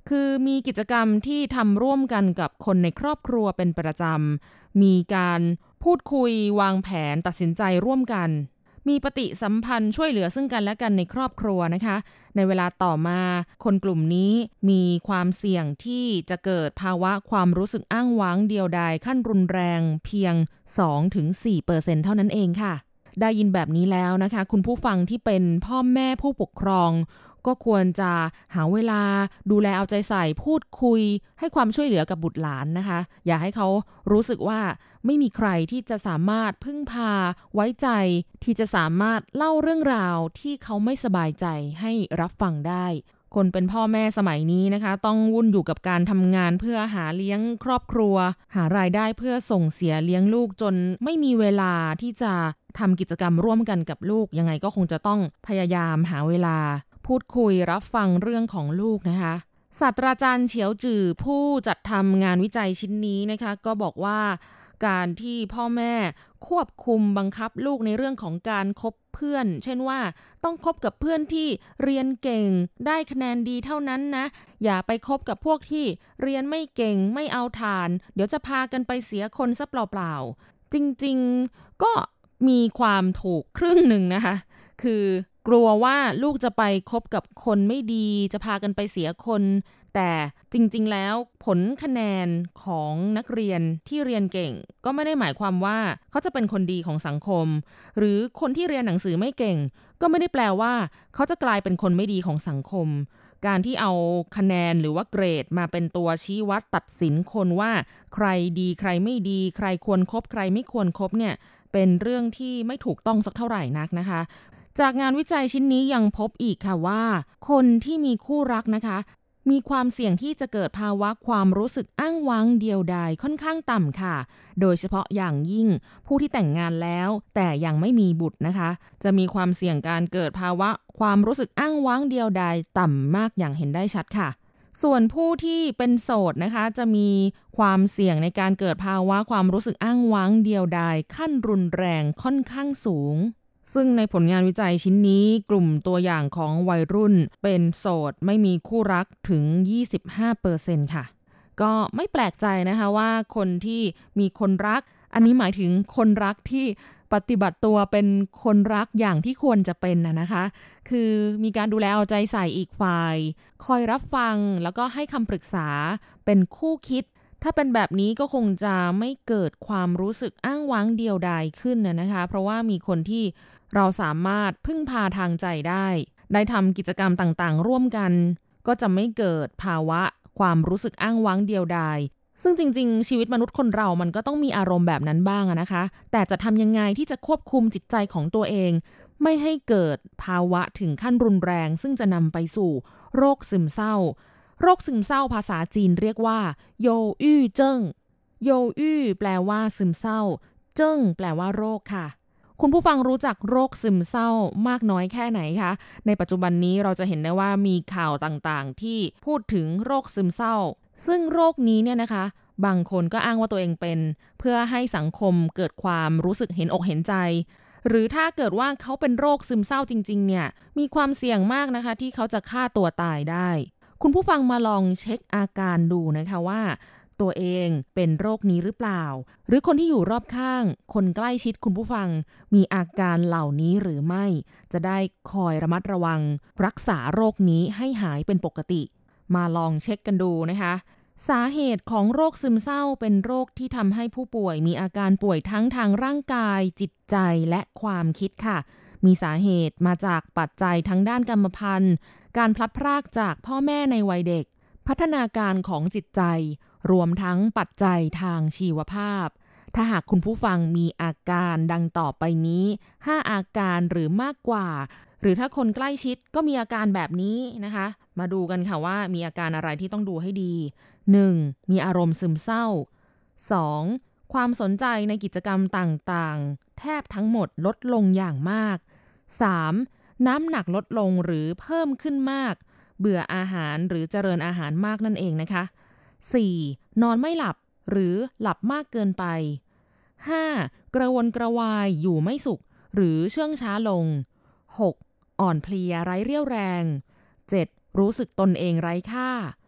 คือมีกิจกรรมที่ทำร่วมกันกับคนในครอบครัวเป็นประจำมีการพูดคุยวางแผนตัดสินใจร่วมกันมีปฏิสัมพันธ์ช่วยเหลือซึ่งกันและกันในครอบครัวนะคะในเวลาต่อมาคนกลุ่มนี้มีความเสี่ยงที่จะเกิดภาวะความรู้สึกอ้างว้างเดียวดายขั้นรุนแรงเพียง สองถึงสี่เปอร์เซ็นต์ เท่านั้นเองค่ะได้ยินแบบนี้แล้วนะคะคุณผู้ฟังที่เป็นพ่อแม่ผู้ปกครองก็ควรจะหาเวลาดูแลเอาใจใส่พูดคุยให้ความช่วยเหลือกับบุตรหลานนะคะอย่าให้เขารู้สึกว่าไม่มีใครที่จะสามารถพึ่งพาไว้ใจที่จะสามารถเล่าเรื่องราวที่เขาไม่สบายใจให้รับฟังได้คนเป็นพ่อแม่สมัยนี้นะคะต้องวุ่นอยู่กับการทำงานเพื่อหาเลี้ยงครอบครัวหารายได้เพื่อส่งเสียเลี้ยงลูกจนไม่มีเวลาที่จะทำกิจกรรมร่วมกันกับลูกยังไงก็คงจะต้องพยายามหาเวลาพูดคุยรับฟังเรื่องของลูกนะคะศาสตราจารย์เฉียวจื่อผู้จัดทำงานวิจัยชิ้นนี้นะคะก็บอกว่าการที่พ่อแม่ควบคุมบังคับลูกในเรื่องของการคบเพื่อนเช่นว่าต้องคบกับเพื่อนที่เรียนเก่งได้คะแนนดีเท่านั้นนะอย่าไปคบกับพวกที่เรียนไม่เก่งไม่เอาทานเดี๋ยวจะพากันไปเสียคนซะเปล่าๆจริงๆก็มีความถูกครึ่งหนึ่งนะคะคือกลัวว่าลูกจะไปคบกับคนไม่ดีจะพากันไปเสียคนแต่จริงๆแล้วผลคะแนนของนักเรียนที่เรียนเก่งก็ไม่ได้หมายความว่าเขาจะเป็นคนดีของสังคมหรือคนที่เรียนหนังสือไม่เก่งก็ไม่ได้แปลว่าเขาจะกลายเป็นคนไม่ดีของสังคมการที่เอาคะแนนหรือว่าเกรดมาเป็นตัวชี้วัดตัดสินคนว่าใครดีใครไม่ดีใครควรคบใครไม่ควรคบเนี่ยเป็นเรื่องที่ไม่ถูกต้องสักเท่าไหร่นักนะคะจากงานวิจัยชิ้นนี้ยังพบอีกค่ะว่าคนที่มีคู่รักนะคะมีความเสี่ยงที่จะเกิดภาวะความรู้สึกอ้างว้างเดียวดายค่อนข้างต่ำค่ะโดยเฉพาะอย่างยิ่งผู้ที่แต่งงานแล้วแต่ยังไม่มีบุตรนะคะจะมีความเสี่ยงการเกิดภาวะความรู้สึกอ้างว้างเดียวดายต่ำมากอย่างเห็นได้ชัดค่ะส่วนผู้ที่เป็นโสดนะคะจะมีความเสี่ยงในการเกิดภาวะความรู้สึกอ้างว้างเดียวดายขั้นรุนแรงค่อนข้างสูงซึ่งในผลงานวิจัยชิ้นนี้กลุ่มตัวอย่างของวัยรุ่นเป็นโสดไม่มีคู่รักถึง ยี่สิบห้าเปอร์เซ็นต์ ค่ะก็ไม่แปลกใจนะคะว่าคนที่มีคนรักอันนี้หมายถึงคนรักที่ปฏิบัติตัวเป็นคนรักอย่างที่ควรจะเป็นนะคะคือมีการดูแลเอาใจใส่อีกฝ่ายคอยรับฟังแล้วก็ให้คำปรึกษาเป็นคู่คิดถ้าเป็นแบบนี้ก็คงจะไม่เกิดความรู้สึกอ้างว้างเดียวดายขึ้นนะคะเพราะว่ามีคนที่เราสามารถพึ่งพาทางใจได้ได้ทำกิจกรรมต่างๆร่วมกันก็จะไม่เกิดภาวะความรู้สึกอ้างว้างเดียวดายซึ่งจริงๆชีวิตมนุษย์คนเรามันก็ต้องมีอารมณ์แบบนั้นบ้างนะคะแต่จะทำยังไงที่จะควบคุมจิตใจของตัวเองไม่ให้เกิดภาวะถึงขั้นรุนแรงซึ่งจะนำไปสู่โรคซึมเศร้าโรคซึมเศร้าภาษาจีนเรียกว่าโยอี้เจิ้งโยอี้แปลว่าซึมเศร้าเจิ้งแปลว่าโรคค่ะคุณผู้ฟังรู้จักโรคซึมเศร้ามากน้อยแค่ไหนคะในปัจจุบันนี้เราจะเห็นได้ว่ามีข่าวต่างๆที่พูดถึงโรคซึมเศร้าซึ่งโรคนี้เนี่ยนะคะบางคนก็อ้างว่าตัวเองเป็นเพื่อให้สังคมเกิดความรู้สึกเห็นอกเห็นใจหรือถ้าเกิดว่าเขาเป็นโรคซึมเศร้าจริงๆเนี่ยมีความเสี่ยงมากนะคะที่เขาจะฆ่าตัวตายได้คุณผู้ฟังมาลองเช็คอาการดูนะคะว่าตัวเองเป็นโรคนี้หรือเปล่าหรือคนที่อยู่รอบข้างคนใกล้ชิดคุณผู้ฟังมีอาการเหล่านี้หรือไม่จะได้คอยระมัดระวังรักษาโรคนี้ให้หายเป็นปกติมาลองเช็คกันดูนะคะสาเหตุของโรคซึมเศร้าเป็นโรคที่ทำให้ผู้ป่วยมีอาการป่วยทั้งทางร่างกายจิตใจและความคิดค่ะมีสาเหตุมาจากปัจจัยทั้งด้านกรรมพันธุ์การพลัดพรากจากพ่อแม่ในวัยเด็กพัฒนาการของจิตใจรวมทั้งปัจจัยทางชีวภาพถ้าหากคุณผู้ฟังมีอาการดังต่อไปนี้ห้าอาการหรือมากกว่าหรือถ้าคนใกล้ชิดก็มีอาการแบบนี้นะคะมาดูกันค่ะว่ามีอาการอะไรที่ต้องดูให้ดี หนึ่ง. มีอารมณ์ซึมเศร้า สอง. ความสนใจในกิจกรรมต่างๆแทบทั้งหมดลดลงอย่างมาก สาม. น้ำหนักลดลงหรือเพิ่มขึ้นมากเบื่ออาหารหรือเจริญอาหารมากนั่นเองนะคะ สี่. นอนไม่หลับหรือหลับมากเกินไป ห้า. กระวนกระวายอยู่ไม่สุขหรือเชื่องช้าลง หก. อ่อนเพลียไร้เรี่ยวแรง เจ็ด. รู้สึกตนเองไร้ค่า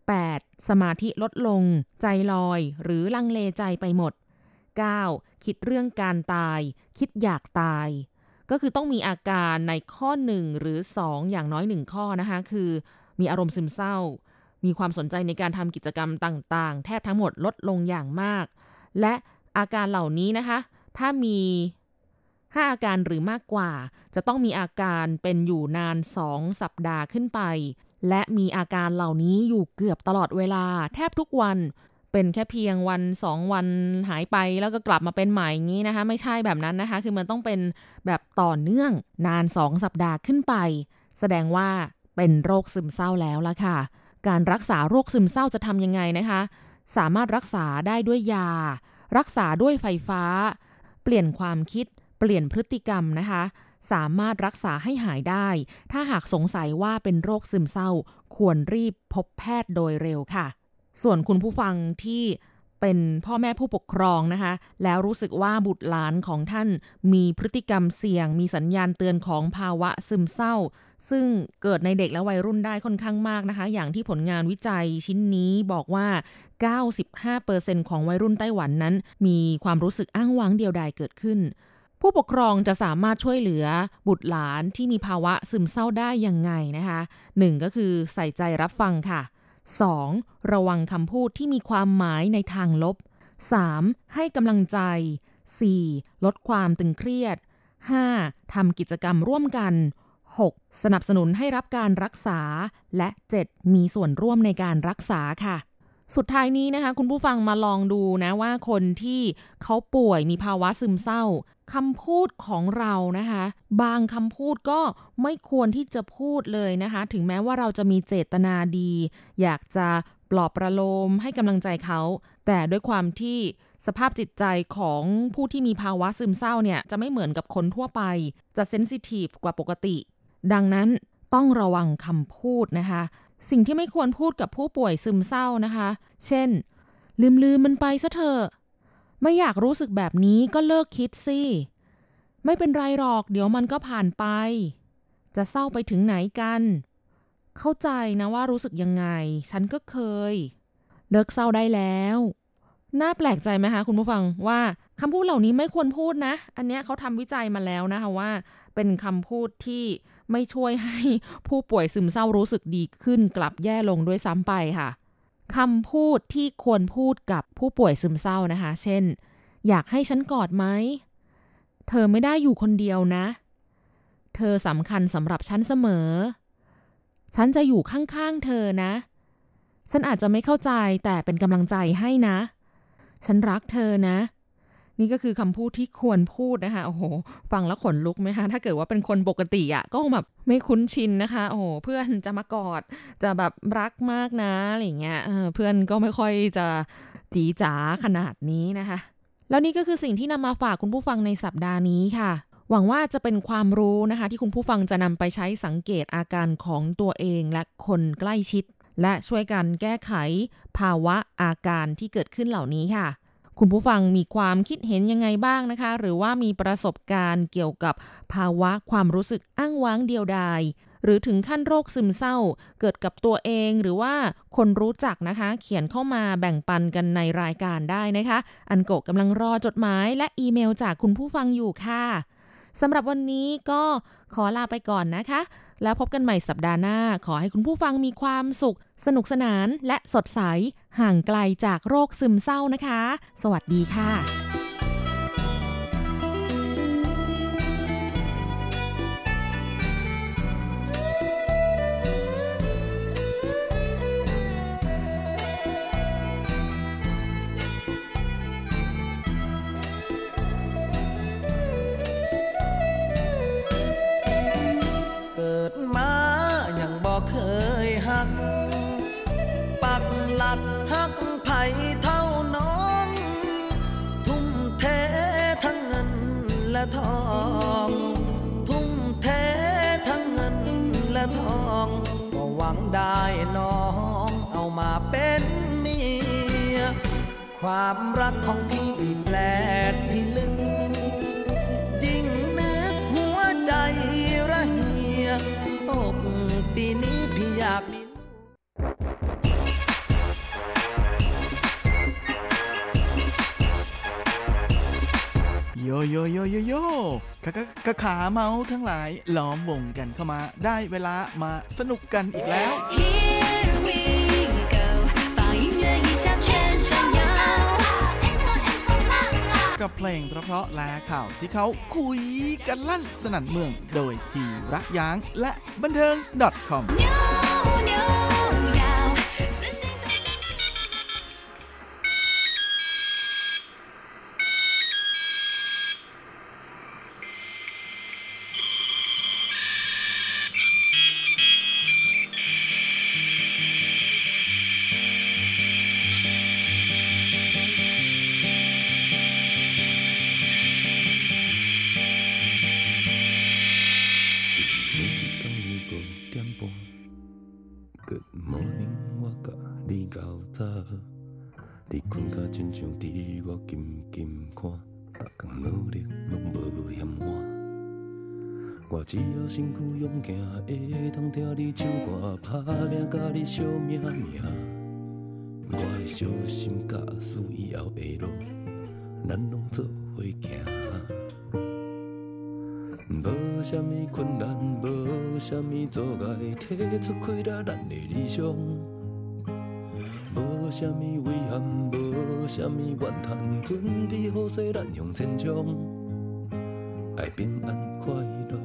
แปดสมาธิลดลงใจลอยหรือลังเลใจไปหมดเก้าคิดเรื่องการตายคิดอยากตายก็คือต้องมีอาการในข้อหนึ่งหรือสองอย่างน้อยหนึ่งข้อนะคะคือมีอารมณ์ซึมเศร้ามีความสนใจในการทำกิจกรรมต่างๆแทบทั้งหมดลดลงอย่างมากและอาการเหล่านี้นะคะถ้ามีห้าอาการหรือมากกว่าจะต้องมีอาการเป็นอยู่นานสองสัปดาห์ขึ้นไปและมีอาการเหล่านี้อยู่เกือบตลอดเวลาแทบทุกวันเป็นแค่เพียงวันสองวันหายไปแล้วก็กลับมาเป็นใหม่อย่างนี้นะคะไม่ใช่แบบนั้นนะคะคือมันต้องเป็นแบบต่อเนื่องนานสองสัปดาห์ขึ้นไปแสดงว่าเป็นโรคซึมเศร้าแล้วล่ะค่ะการรักษาโรคซึมเศร้าจะทำยังไงนะคะสามารถรักษาได้ด้วยยารักษาด้วยไฟฟ้าเปลี่ยนความคิดเปลี่ยนพฤติกรรมนะคะสามารถรักษาให้หายได้ถ้าหากสงสัยว่าเป็นโรคซึมเศร้าควรรีบพบแพทย์โดยเร็วค่ะส่วนคุณผู้ฟังที่เป็นพ่อแม่ผู้ปกครองนะคะแล้วรู้สึกว่าบุตรหลานของท่านมีพฤติกรรมเสี่ยงมีสัญญาณเตือนของภาวะซึมเศร้าซึ่งเกิดในเด็กและวัยรุ่นได้ค่อนข้างมากนะคะอย่างที่ผลงานวิจัยชิ้นนี้บอกว่า เก้าสิบห้าเปอร์เซ็นต์ ของวัยรุ่นไต้หวันนั้นมีความรู้สึกอ้างว้างเดียวดายเกิดขึ้นผู้ปกครองจะสามารถช่วยเหลือบุตรหลานที่มีภาวะซึมเศร้าได้ยังไงนะคะหนึ่งก็คือใส่ใจรับฟังค่ะสองระวังคำพูดที่มีความหมายในทางลบสามให้กำลังใจสี่ลดความตึงเครียดห้าทำกิจกรรมร่วมกันหกสนับสนุนให้รับการรักษาและเจ็ดมีส่วนร่วมในการรักษาค่ะสุดท้ายนี้นะคะคุณผู้ฟังมาลองดูนะว่าคนที่เขาป่วยมีภาวะซึมเศร้าคำพูดของเรานะคะบางคำพูดก็ไม่ควรที่จะพูดเลยนะคะถึงแม้ว่าเราจะมีเจตนาดีอยากจะปลอบประโลมให้กำลังใจเขาแต่ด้วยความที่สภาพจิตใจของผู้ที่มีภาวะซึมเศร้าเนี่ยจะไม่เหมือนกับคนทั่วไปจะเซนซิทีฟกว่าปกติดังนั้นต้องระวังคำพูดนะคะสิ่งที่ไม่ควรพูดกับผู้ป่วยซึมเศร้านะคะเช่นลืมลืมมันไปซะเถอะไม่อยากรู้สึกแบบนี้ก็เลิกคิดสิไม่เป็นไรหรอกเดี๋ยวมันก็ผ่านไปจะเศร้าไปถึงไหนกันเข้าใจนะว่ารู้สึกยังไงฉันก็เคยเลิกเศร้าได้แล้วน่าแปลกใจไหมคะคุณผู้ฟังว่าคำพูดเหล่านี้ไม่ควรพูดนะอันเนี้ยเขาทำวิจัยมาแล้วนะคะว่าเป็นคำพูดที่ไม่ช่วยให้ผู้ป่วยซึมเศร้ารู้สึกดีขึ้นกลับแย่ลงด้วยซ้ำไปค่ะคำพูดที่ควรพูดกับผู้ป่วยซึมเศร้านะคะเช่นอยากให้ฉันกอดไหมเธอไม่ได้อยู่คนเดียวนะเธอสำคัญสำหรับฉันเสมอฉันจะอยู่ข้างๆเธอนะฉันอาจจะไม่เข้าใจแต่เป็นกำลังใจให้นะฉันรักเธอนะนี่ก็คือคำพูดที่ควรพูดนะคะโอ้โหฟังแล้วขนลุกไหมคะถ้าเกิดว่าเป็นคนปกติอ่ะก็แบบไม่คุ้นชินนะคะโอ้โหเพื่อนจะมากอดจะแบบรักมากนะอะไรเงี้ย เออ เพื่อนก็ไม่ค่อยจะจี๋จ๋าขนาดนี้นะคะแล้วนี่ก็คือสิ่งที่นำมาฝากคุณผู้ฟังในสัปดาห์นี้ค่ะหวังว่าจะเป็นความรู้นะคะที่คุณผู้ฟังจะนำไปใช้สังเกตอาการของตัวเองและคนใกล้ชิดและช่วยกันแก้ไขภาวะอาการที่เกิดขึ้นเหล่านี้ค่ะคุณผู้ฟังมีความคิดเห็นยังไงบ้างนะคะหรือว่ามีประสบการณ์เกี่ยวกับภาวะความรู้สึกอ้างว้างเดียวดายหรือถึงขั้นโรคซึมเศร้าเกิดกับตัวเองหรือว่าคนรู้จักนะคะเขียนเข้ามาแบ่งปันกันในรายการได้นะคะอันโกะกำลังรอจดหมายและอีเมลจากคุณผู้ฟังอยู่ค่ะสำหรับวันนี้ก็ขอลาไปก่อนนะคะแล้วพบกันใหม่สัปดาห์หน้าขอให้คุณผู้ฟังมีความสุขสนุกสนานและสดใสห่างไกลจากโรคซึมเศร้านะคะสวัสดีค่ะเกิดมายังบ่เคยหักปักหลักหักไผเท่าน้องทุ่มเททั้งเงินและทองทุ่มเททั้งเงินและทองก็หวังได้น้องเอามาเป็นเมียความรักของพี่แปลกพี่ลึกยิ่งนึกหัวใจระเหียตกปีนี้พี่อยากมีโยโยโยโยโยกะขาเมาทั้งหลายล้อมวงกันเข้ามาได้เวลามาสนุกกันอีกแล้วกับเพลงเพราะๆและข่าวที่เขาคุยกันลั่นสนั่นเมืองโดยทีรักยางและบันเทิง .com Good morning， 我甲你较早，你困甲亲像伫我金金看，逐工努力拢无嫌晚。我只要身躯勇敢，会当听你唱歌，拍拼甲你相命命。我会小心驾驶以后的路，咱拢做伙行。无啥物困难，无啥物阻碍，提出开了咱的理想。无啥物遗憾，无啥物怨叹，准备好势咱向前冲。爱平安快乐。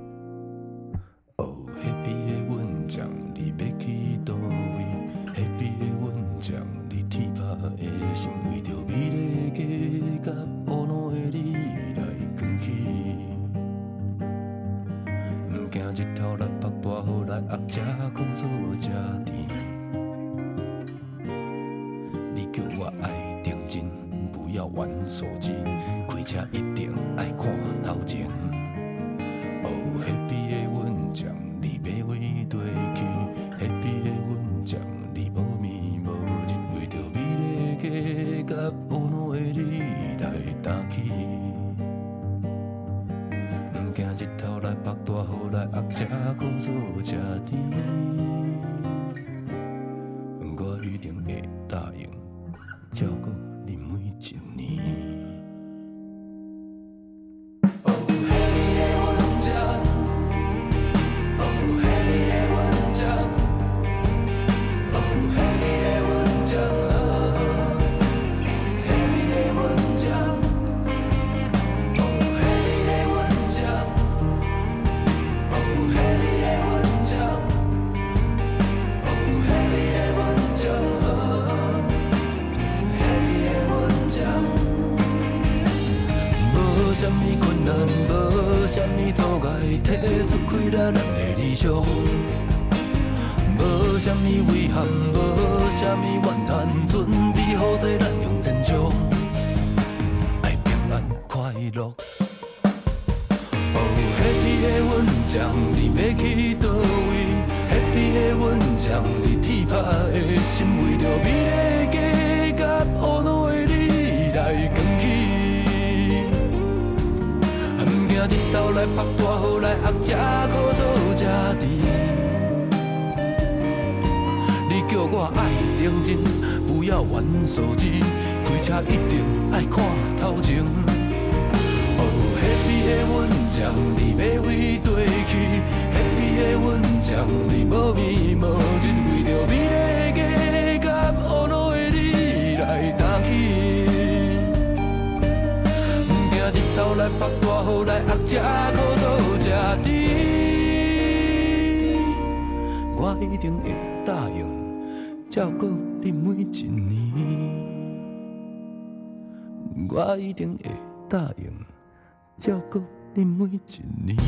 哦 ，Happy 的阮将你要去倒位 ？Happy 的阮将你铁拍的心，为着美丽的甲婀娜的你来扛起。惊日头来曝大雨来压车搁做车甜，你叫我爱认真，不要玩手机，开车一定爱看头前。哦 ，Happy 的阮将你马尾对去 ，Happy 的阮将你无眠无日，为着美丽的甲婀娜的你来担起。惊日头来曝大雨来压车搁做车甜，我一定会答应照顾你每一年。提出开了咱的理想，无啥物遗憾，无啥物怨叹，准备好势咱向前冲，爱平安快乐。哦 ，Happy 的阮将你要去倒位 ，Happy 的阮将你铁拍的心，为着美丽的甲婀娜的你来扛起。日头来曝大雨来压车搁做车甜，你叫我爱认真，不要玩手机，开车一定爱看头前。哦 ，Happy 的阮将你马尾对去 ，Happy 的阮将你无眠无日，为着美丽的甲婀娜的你来担起。日头来曝大雨来压车搁做车甜，我一定会答应照顾你每一年。我一定会答应照顾你每一年。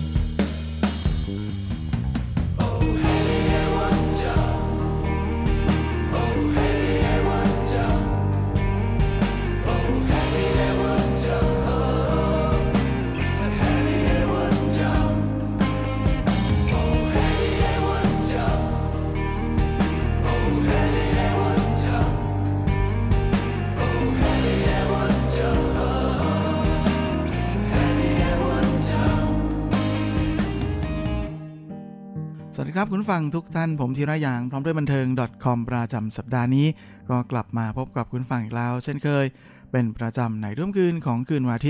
สวัสดีครับคุณฟังทุกท่านผมธีระยางพร้อมด้วยบันเทิง .com ประจำสัปดาห์นี้ก็กลับมาพบกับคุณฟังอีกแล้วเช่นเคยเป็นประจำในรุ่มคืนของคืนวันอาทิตย์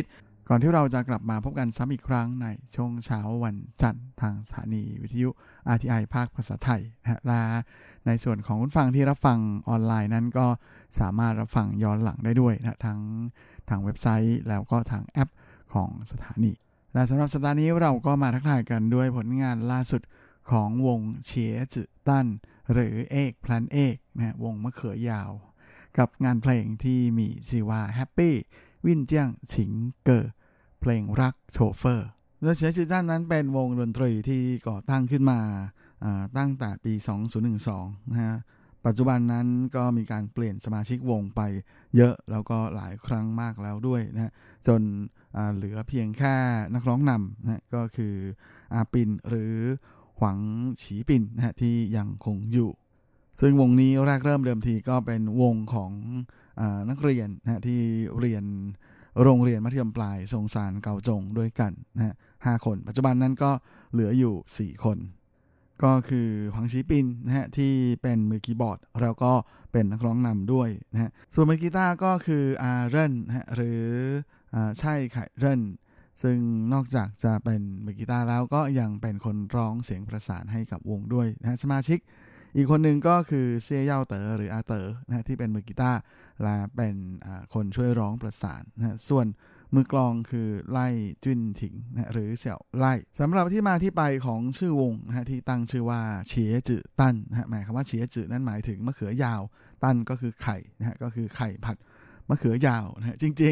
ก่อนที่เราจะกลับมาพบกันซ้ำอีกครั้งในช่วงเช้าวันจันทร์ทางสถานีวิทยุ อาร์ ที ไอ ภาคภาษาไทยนะและในส่วนของคุณฟังที่รับฟังออนไลน์นั้นก็สามารถรับฟังย้อนหลังได้ด้วยนะทั้งทางเว็บไซต์แล้วก็ทางแอปของสถานีและสำหรับสัปดาห์นี้เราก็มาทักทายกันด้วยผลงานล่าสุดของวงเฉียจื่อตั้นหรือเอกพลันเอกนะวงมะเขือยาวกับงานเพลงที่มีชื่อว่า Happy วินเจียงฉิงเก่อเพลงรักโชเฟอร์โดยเฉียจื่อตั้นนั้นเป็นวงดนตรีที่ก่อตั้งขึ้นมาตั้งแต่ปีสองพันสิบสองนะฮะปัจจุบันนั้นก็มีการเปลี่ยนสมาชิกวงไปเยอะแล้วก็หลายครั้งมากแล้วด้วยนะจนเหลือเพียงแค่นักร้องนำนะก็คืออาปินหรือหวังฉีปินนะที่ยังคงอยู่ซึ่งวงนี้แรกเริ่มเดิมทีก็เป็นวงของอ่านักเรียนนะที่เรียนโรงเรียนมัธยมปลายทรงซานเกาจงด้วยกันนะฮะห้าคนปัจจุบันนั้นก็เหลืออยู่สี่คนก็คือหวังฉีปินนะฮะที่เป็นมือคีย์บอร์ดแล้วก็เป็นนักร้องนำด้วยนะฮะส่วนมือกีตาร์ก็คืออาเร่นนะฮะหรืออ่าใช่ไข่เร่นซึ่งนอกจากจะเป็นมือกีตาร์แล้วก็ยังเป็นคนร้องเสียงประสานให้กับวงด้วยนะสมาชิกอีกคนหนึ่งก็คือเซี่ยเย่าเต๋อหรืออาเต๋อนะที่เป็นมือกีตาร์และเป็นคนช่วยร้องประสานนะส่วนมือกลองคือไล่จุ้นถิงนะหรือเสี่ยวไล่สำหรับที่มาที่ไปของชื่อวงนะที่ตั้งชื่อว่าเฉียจื่อตั้นนะหมายความว่าเฉียจื่อนั้นหมายถึงมะเขือยาวตั้นก็คือไข่นะก็คือไข่ผัดมะเขือยาวนะจริง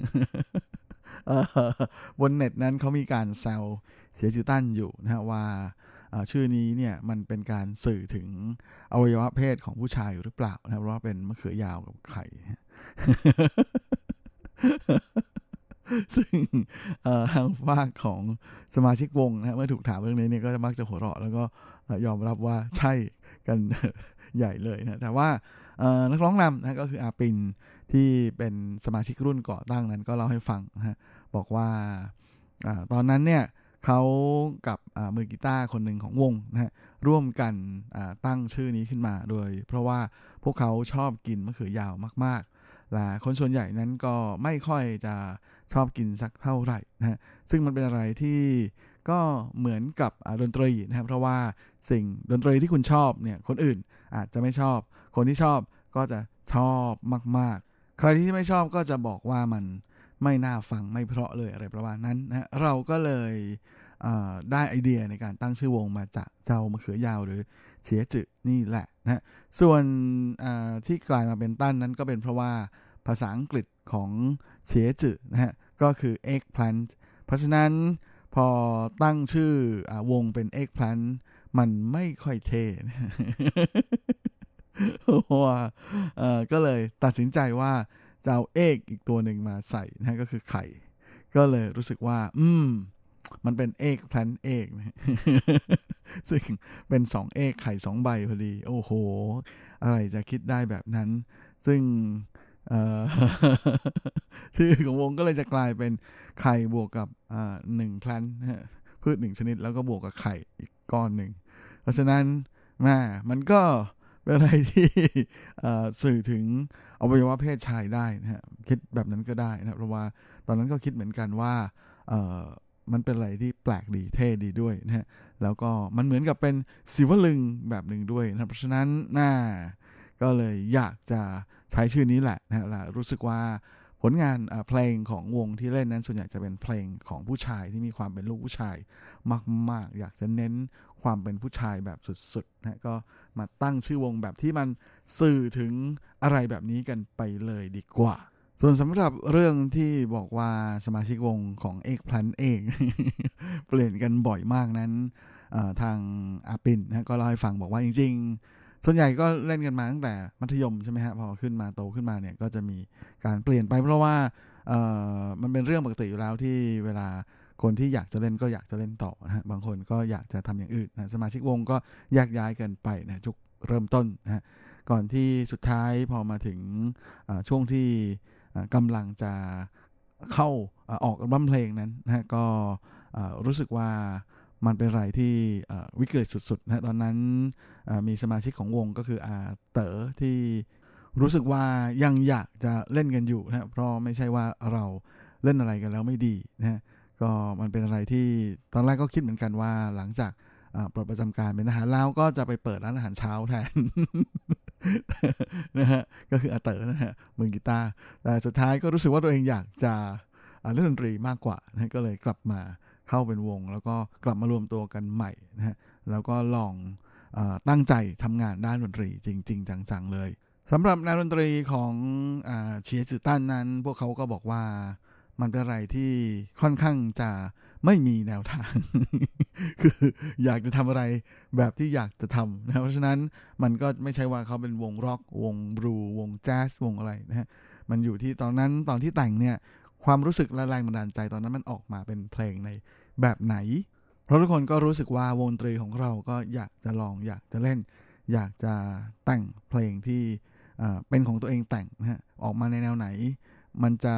ๆบนเน็ตนั้นเขามีการแซวเฉียจื่อตั้นอยู่นะว่าชื่อนี้เนี่ยมันเป็นการสื่อถึงอวัยวะเพศของผู้ชายหรือเปล่านะเพราะว่าเป็นมะเขือยาวกับไข่ ซึ่งทางฝ่ายของสมาชิกวงนะเมื่อถูกถามเรื่องนี้เนี่ยก็จะมักจะหัวเราะแล้วก็ยอมรับว่าใช่กันใหญ่เลยนะแต่ว่านักร้องนำนะก็คืออาปินที่เป็นสมาชิกรุ่นก่อตั้งนั้นก็เล่าให้ฟังนะบอกว่าตอนนั้นเนี่ยเขากับมือกีตาร์คนหนึ่งของวงนะฮะร่วมกันตั้งชื่อนี้ขึ้นมาโดยเพราะว่าพวกเขาชอบกินมะเขือยาวมากๆและคนส่วนใหญ่นั้นก็ไม่ค่อยจะชอบกินสักเท่าไหร่นะฮะซึ่งมันเป็นอะไรที่ก็เหมือนกับดนตรีนะครับเพราะว่าสิ่งดนตรีที่คุณชอบเนี่ยคนอื่นอาจจะไม่ชอบคนที่ชอบก็จะชอบมากๆใครที่ไม่ชอบก็จะบอกว่ามันไม่น่าฟังไม่เพราะเลยอะไรประมาณนั้นนะเราก็เลยได้ไอเดียในการตั้งชื่อวงมาจากเจ้ามะเขือยาวหรือเฉียจื่อนี่แหละนะส่วนที่กลายมาเป็นตั้นนั้นก็เป็นเพราะว่าภาษาอังกฤษของเฉียจื่อนะฮะก็คือ eggplant เพราะฉะนั้นพอตั้งชื่อวงเป็น eggplant มันไม่ค่อยเท่ ว่าก็เลยตัดสินใจว่าจะเอาเอกอีกตัวหนึ่งมาใส่นะก็คือไข่ก็เลยรู้สึกว่าอืมมันเป็นเอกแพลนเอกซึ่งเป็นสองเอกไข่สองใบพอดีโอ้โหอะไรจะคิดได้แบบนั้นซึ่งชื่อของวงก็เลยจะกลายเป็นไข่บวกกับหนึ่งแพลนพืชหนึ่งชนิดแล้วก็บวกกับไข่อีกก้อนหนึ่งเพราะฉะนั้นแม่มันก็เป็นอะไรที่สื่อถึงอวัยวะเพศชายได้นะฮะคิดแบบนั้นก็ได้นะเพราะว่าตอนนั้นก็คิดเหมือนกันว่ามันเป็นอะไรที่แปลกดีเท่ดีด้วยนะฮะแล้วก็มันเหมือนกับเป็นศิวลึงแบบหนึ่งด้วยนะเพราะฉะนั้นน่าก็เลยอยากจะใช้ชื่อนี้แหละนะฮะและรู้สึกว่าผลงานเพลงของวงที่เล่นนั้นส่วนใหญ่จะเป็นเพลงของผู้ชายที่มีความเป็นลูกผู้ชายมากๆอยากจะเน้นความเป็นผู้ชายแบบสุดๆนะก็มาตั้งชื่อวงแบบที่มันสื่อถึงอะไรแบบนี้กันไปเลยดีกว่าส่วนสำหรับเรื่องที่บอกว่าสมาชิกวงของ Eggplant เอง เปลี่ยนกันบ่อยมากนั้นทางอาปินนะก็เล่าให้ฟังบอกว่าจริงๆส่วนใหญ่ก็เล่นกันมาตั้งแต่มัธยมใช่ไหมฮะพอขึ้นมาโตขึ้นมาเนี่ยก็จะมีการเปลี่ยนไปเพราะว่ามันเป็นเรื่องปกติอยู่แล้วที่เวลาคนที่อยากจะเล่นก็อยากจะเล่นต่อนะฮะบางคนก็อยากจะทำอย่างอื่นนะสมาชิกวงก็แยกย้ายกันไปนะทุกเริ่มต้นนะฮะก่อนที่สุดท้ายพอมาถึงช่วงที่กำลังจะเข้าออกอัลบั้มเพลงนั้นนะฮะก็รู้สึกว่ามันเป็นอะไรที่วิกฤตสุดๆนะตอนนั้นมีสมาชิกของวงก็คืออาเต๋อที่รู้สึกว่ายังอยากจะเล่นกันอยู่นะเพราะไม่ใช่ว่าเราเล่นอะไรกันแล้วไม่ดีนะฮะก็มันเป็นอะไรที่ตอนแรกก็คิดเหมือนกันว่าหลังจากปลดประจำการเป็นทหารแล้วก็จะไปเปิดร้านอาหารเช้าแทน นะฮะก็คืออาเต๋อนะฮะมือกีตาร์แต่สุดท้ายก็รู้สึกว่าตัวเองอยากจะเล่นดนตรีมากกว่านะก็เลยกลับมาเข้าเป็นวงแล้วก็กลับมารวมตัวกันใหม่นะฮะแล้วก็ลองเอ่อตั้งใจทำงานด้านดนตรีจริงๆจังๆเลยสำหรับแนวดนตรีของอ่าเฉียจือตั้นนั้นพวกเขาก็บอกว่ามันเป็นอะไรที่ค่อนข้างจะไม่มีแนวทาง คืออยากจะทำอะไรแบบที่อยากจะทำนะเพราะฉะนั้นมันก็ไม่ใช่ว่าเขาเป็นวงร็อกวงบลูวงแจ๊สวงอะไรนะฮะมันอยู่ที่ตอนนั้นตอนที่แต่งเนี่ยความรู้สึกและแรงบันดาลใจตอนนั้นมันออกมาเป็นเพลงในแบบไหนเพราะทุกคนก็รู้สึกว่าวงดนตรีของเราก็อยากจะลองอยากจะเล่นอยากจะแต่งเพลงที่เป็นของตัวเองแต่งนะฮะออกมาในแนวไหนมันจะ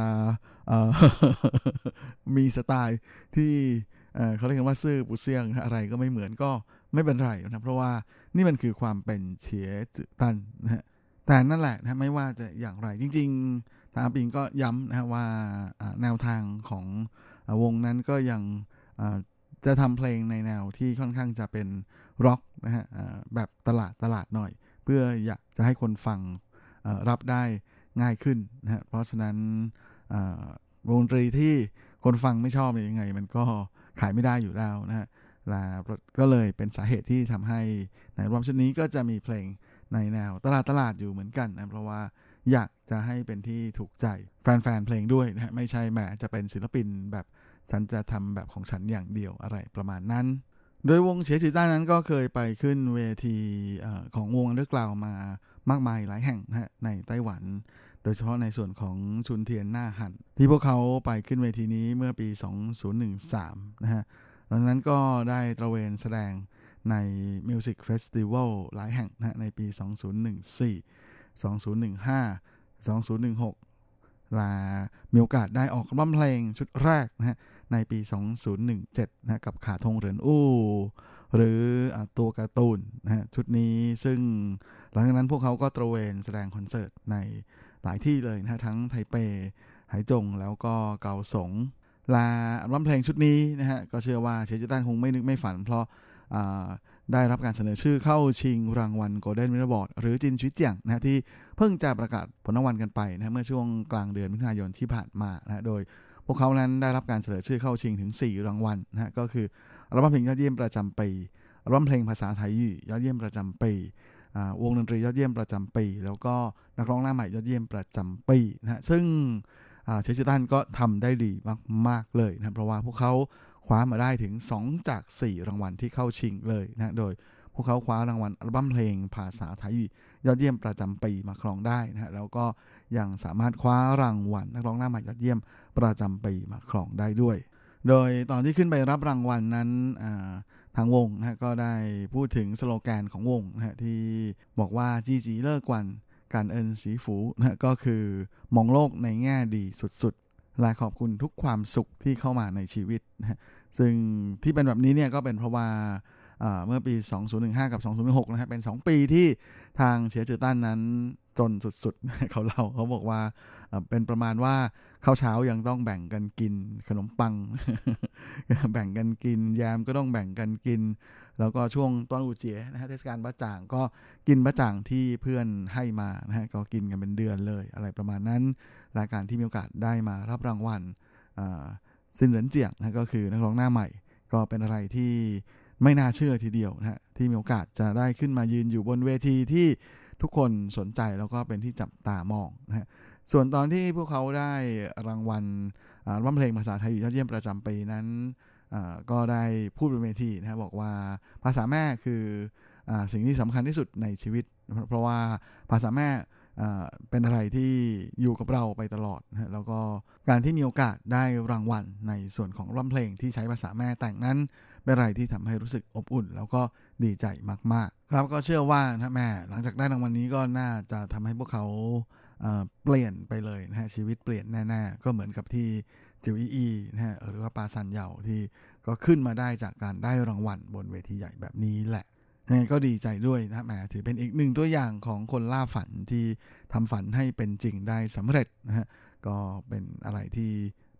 มีสไตล์ที่เขาเรียกว่าซื่อปูเซียงอะไรก็ไม่เหมือนก็ไม่เป็นไรนะเพราะว่านี่มันคือความเป็นเฉียจือตั้นนะฮะแต่นั่นแหละนะไม่ว่าจะอย่างไรจริงๆทางปิงก็ย้ำนะฮะว่าแนวทางของวงนั้นก็ยังจะทำเพลงในแนวที่ค่อนข้างจะเป็นร็อกนะฮะแบบตลาดตลาดหน่อยเพื่ออยากจะให้คนฟังรับได้ง่ายขึ้นนะฮะเพราะฉะนั้นวงดนตรีที่คนฟังไม่ชอบยังไงมันก็ขายไม่ได้อยู่แล้วนะฮะก็เลยเป็นสาเหตุที่ทำให้ในอัลบั้มชุดนี้ก็จะมีเพลงในแนวตลาดตลาดอยู่เหมือนกันนะเพราะว่าอยากจะให้เป็นที่ถูกใจแฟนๆเพลงด้วยนะฮะไม่ใช่แหมจะเป็นศิลปินแบบฉันจะทำแบบของฉันอย่างเดียวอะไรประมาณนั้นโดยวงเฉียจือตั้นนั้นก็เคยไปขึ้นเวทีของวงอันเดอร์กราวด์มามากมายหลายแห่งนะฮะในไต้หวันโดยเฉพาะในส่วนของชุนเทียนหน้าหันที่พวกเขาไปขึ้นเวทีนี้เมื่อปีสองพันสิบสามนะฮะหลังจากนั้นก็ได้ตระเวนแสดงในมิวสิกเฟสติวัลหลายแห่งนะในปีสองพันสิบสี่ สองพันสิบห้า สองพันสิบหกและมีโอกาสได้ออกอัลบั้มเพลงชุดแรกนะฮะในปีสองพันสิบเจ็ดนะกับขาทงเหรินอู้หรือตัวการ์ตูนนะฮะชุดนี้ซึ่งหลังจากนั้นพวกเขาก็ตระเวนแสดงคอนเสิร์ตในหลายที่เลยนะทั้งไทเปไหจงแล้วก็เกาสงลาอัลบั้มเพลงชุดนี้นะฮะก็เชื่อว่าเฉียจือตั้นคงไม่นึกไม่ฝันเพราะได้รับการเสนอชื่อเข้าชิงรางวัล Golden Billboard หรือจินชุยเจียงนะที่เพิ่งจะประกาศผลรางวัลกันไปนะเมื่อช่วงกลางเดือนมิถุนายนที่ผ่านมานะโดยพวกเขานั้นได้รับการเสนอชื่อเข้าชิงถึงสี่รางวัลนะก็คืออัลบั้มเพลงยอดเยี่ยมประจำปีอัลบั้มเพลงภาษาไทยยอดเยี่ยมประจำปีวงดนตรียอดเยี่ยมประจำปีแล้วก็นักร้องหน้าใหม่ยอดเยี่ยมประจำปีนะซึ่งเฉียจือตั้นก็ทำได้ดีมากๆเลยนะเพราะว่าพวกเขาคว้ามาได้ถึงสองจากสี่รางวัลที่เข้าชิงเลยนะโดยพวกเขาคว้ารางวัลอัลบั้มเพลงภาษาไทยยอดเยี่ยมประจำปีมาครองได้นะแล้วก็ยังสามารถคว้ารางวัลนักร้องหน้าใหม่ยอดเยี่ยมประจำปีมาครองได้ด้วยโดยตอนที่ขึ้นไปรับรางวัลนั้นทางวงนะก็ได้พูดถึงสโลแกนของวงนะที่บอกว่าจีจีเลิกกวันการเอินสีฝูนะก็คือมองโลกในแง่ดีสุดๆและขอบคุณทุกความสุขที่เข้ามาในชีวิตนะซึ่งที่เป็นแบบนี้เนี่ยก็เป็นเพราะว่าเมื่อปีสองพันสิบห้ากับสองพันสิบหกนะฮะเป็นสองปีที่ทางเฉียจือตั้นนั้นจนสุดๆเขาเล่าเขาบอกว่าเป็นประมาณว่าข้าวเช้ายังต้องแบ่งกันกินขนมปัง แบ่งกันกินแยมก็ต้องแบ่งกันกินแล้วก็ช่วงต้นอูเจี๋ยนะฮะเทศกาลบะจ่างก็กินบะจ่างที่เพื่อนให้มานะฮะก็กินกันเป็นเดือนเลยอะไรประมาณนั้นรายการที่มีโอกาสได้มารับรางวัลซินเหรินเจียงนะก็คือนักร้องหน้าใหม่ก็เป็นอะไรที่ไม่น่าเชื่อทีเดียวนะฮะที่มีโอกาสจะได้ขึ้นมายืนอยู่บนเวทีที่ทุกคนสนใจแล้วก็เป็นที่จับตามองนะฮะส่วนตอนที่พวกเขาได้รางวัลอัลบั้มเพลงภาษาไทยยอดเยี่ยมประจำปีนั้นก็ได้พูดบนเวทีนะฮะบอกว่าภาษาแม่คือสิ่งที่สำคัญที่สุดในชีวิตเพราะว่าภาษาแม่เป็นอะไรที่อยู่กับเราไปตลอดนะแล้วก็การที่มีโอกาสได้รางวัลในส่วนของอัลบั้มเพลงที่ใช้ภาษาแม่แต่งนั้นเป็นอะไรที่ทำให้รู้สึกอบอุ่นแล้วก็ดีใจมากๆครับก็เชื่อว่านะแม่หลังจากได้รางวัลนี้ก็น่าจะทำให้พวกเขาเปลี่ยนไปเลยนะฮะชีวิตเปลี่ยนแน่ๆก็เหมือนกับที่จิวอีอีนะฮะหรือว่าปาซันเหย่าที่ก็ขึ้นมาได้จากการได้รางวัลบนเวทีใหญ่แบบนี้แหละยังไงก็ดีใจด้วยนะแหมถือเป็นอีกหนึ่งตัวอย่างของคนล่าฝันที่ทำฝันให้เป็นจริงได้สำเร็จนะฮะก็เป็นอะไรที่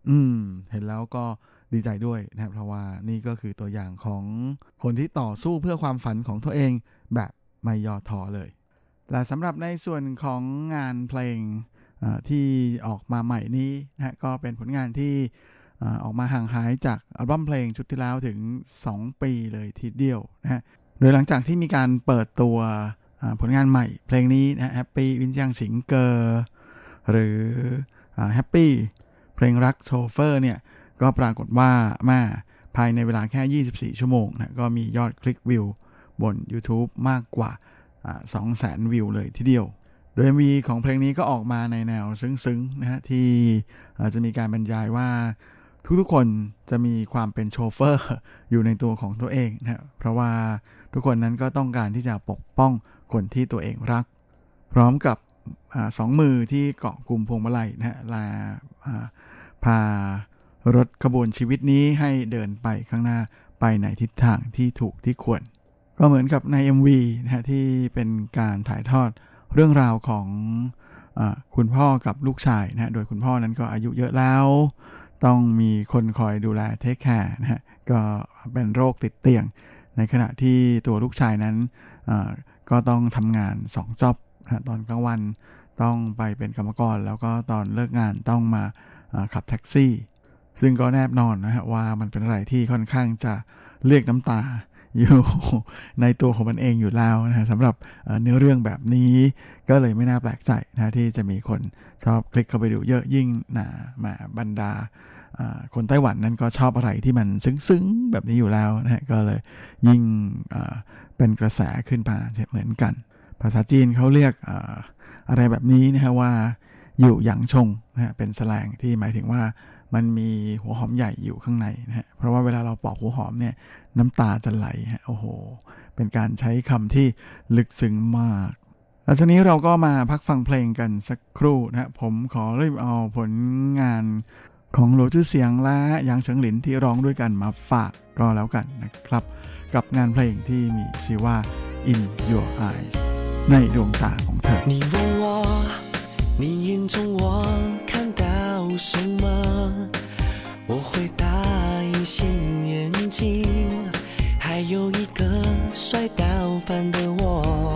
อืมเห็นแล้วก็ดีใจด้วยนะครับเพราะว่านี่ก็คือตัวอย่างของคนที่ต่อสู้เพื่อความฝันของตัวเองแบบไม่ย่อท้อเลยและสำหรับในส่วนของงานเพลงที่ออกมาใหม่นี้นะก็เป็นผลงานที่ออกมาห่างหายจากอัลบั้มเพลงชุดที่แล้วถึงสองปีเลยทีเดียวนะฮะโดยหลังจากที่มีการเปิดตัวผลงานใหม่เพลงนี้นะแฮปปี้วินจังสิงเกอร์หรือแฮปปี้เพลงรักโชเฟอร์เนี่ยก็ปรากฏว่ามาภายในเวลาแค่ยี่สิบสี่ชั่วโมงนะก็มียอดคลิกวิวบน YouTube มากกว่า สองแสน วิวเลยทีเดียวโดย เอ็ม วี ของเพลงนี้ก็ออกมาในแนวซึ้งๆนะฮะที่จะมีการบรรยายว่าทุกๆคนจะมีความเป็นโชเฟอร์อยู่ในตัวของตัวเองนะเพราะว่าทุกคนนั้นก็ต้องการที่จะปกป้องคนที่ตัวเองรักพร้อมกับอสองมือที่เกาะกลุ่มพวงมาลัยนะฮะลาพารถขบวนชีวิตนี้ให้เดินไปข้างหน้าไปในทิศทางที่ถูกที่ควรก็เหมือนกับใน เอ็ม วี นะฮะที่เป็นการถ่ายทอดเรื่องราวของเอ่อคุณพ่อกับลูกชายนะฮะโดยคุณพ่อนั้นก็อายุเยอะแล้วต้องมีคนคอยดูแลเทคแคร์นะฮะก็เป็นโรคติดเตียงในขณะที่ตัวลูกชายนั้นเอ่อก็ต้องทำงานสองจ็อบนะตอนกลางวันต้องไปเป็นกรรมกรแล้วก็ตอนเลิกงานต้องมาขับแท็กซี่ซึ่งก็แนบนอนนะฮะว่ามันเป็นอะไรที่ค่อนข้างจะเรียกน้ำตาอยู่ในตัวของมันเองอยู่แล้วนะฮะสำหรับเนื้อเรื่องแบบนี้ก็เลยไม่น่าแปลกใจนะที่จะมีคนชอบคลิกเข้าไปดูเยอะยิ่งนะมาบรรดาคนไต้หวันนั้นก็ชอบอะไรที่มันซึ้งๆแบบนี้อยู่แล้วนะฮะก็เลยยิ่งเป็นกระแสขึ้นมาเหมือนกันภาษาจีนเขาเรียกอะไรแบบนี้นะฮะว่าอยู่หยางชงนะฮะเป็นแสแลงที่หมายถึงว่ามันมีหัวหอมใหญ่อยู่ข้างในนะฮะเพราะว่าเวลาเราปอกหัวหอมเนี่ยน้ำตาจะไหลฮะโอ้โหเป็นการใช้คำที่ลึกซึ้งมากแล้วช่วงนี้เราก็มาพักฟังเพลงกันสักครู่นะฮะผมขอรีบเอาผลงานของหลัวจื้อเสียงและหยางเฉิงหลินที่ร้องด้วยกันมาฝากก็แล้วกันนะครับกับงานเพลงที่มีชื่อว่า In Your Eyes ในดวงตาของเธอ你问我你眼中我看到什么我会答一显眼睛还有一个摔倒般的我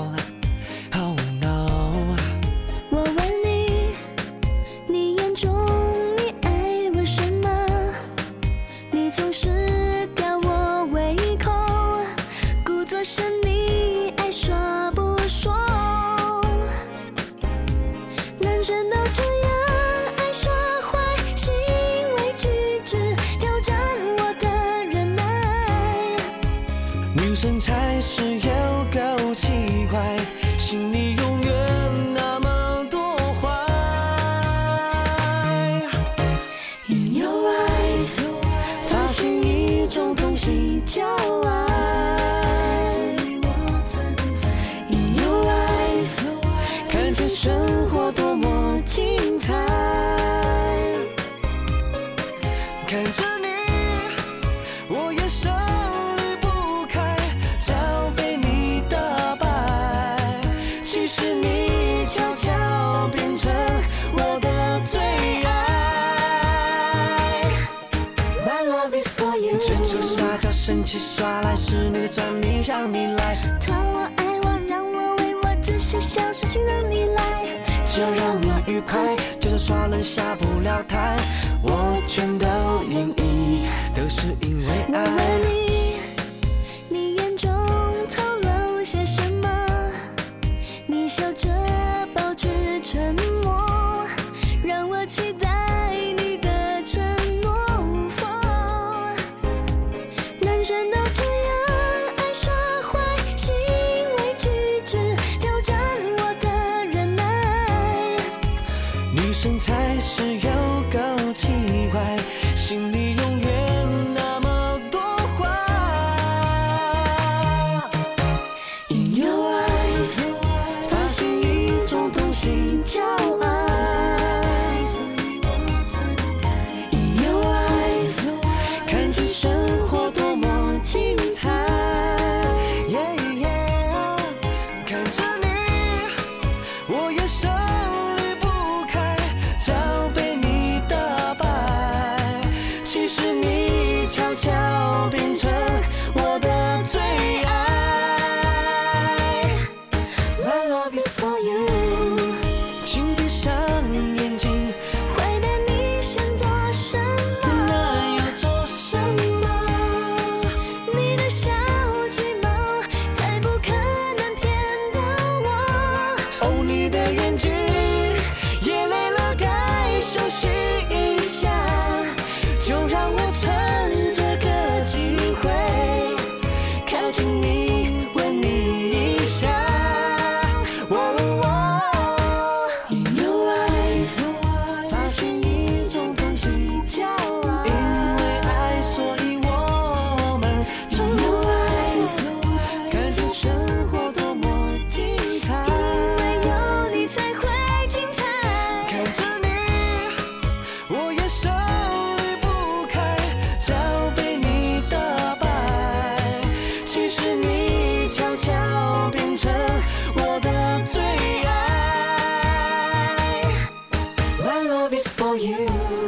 Oh no 我问你你眼中你爱我什么你总是吊我胃口故作神秘爱说不说男生都这样爱说坏行为举止挑战我的忍耐女生才是有够奇怪心里永远那么多坏 In your eyes 发现一种东西叫爱 In your eyes 看见生活多么精彩看着你我眼神离不开早被你打败其实你悄悄变成我的最爱 My love is for you 追逐撒娇生气耍赖是你的专利让你来疼我爱我让我为我这些小事情让你来只要让我愉快就算耍人下不了台我全都愿意都是因为爱我问你你眼中透露些什么你笑着保持沉默让我期待你的承诺否男生都这样爱说坏行为举止挑战我的忍耐女生才是有够奇怪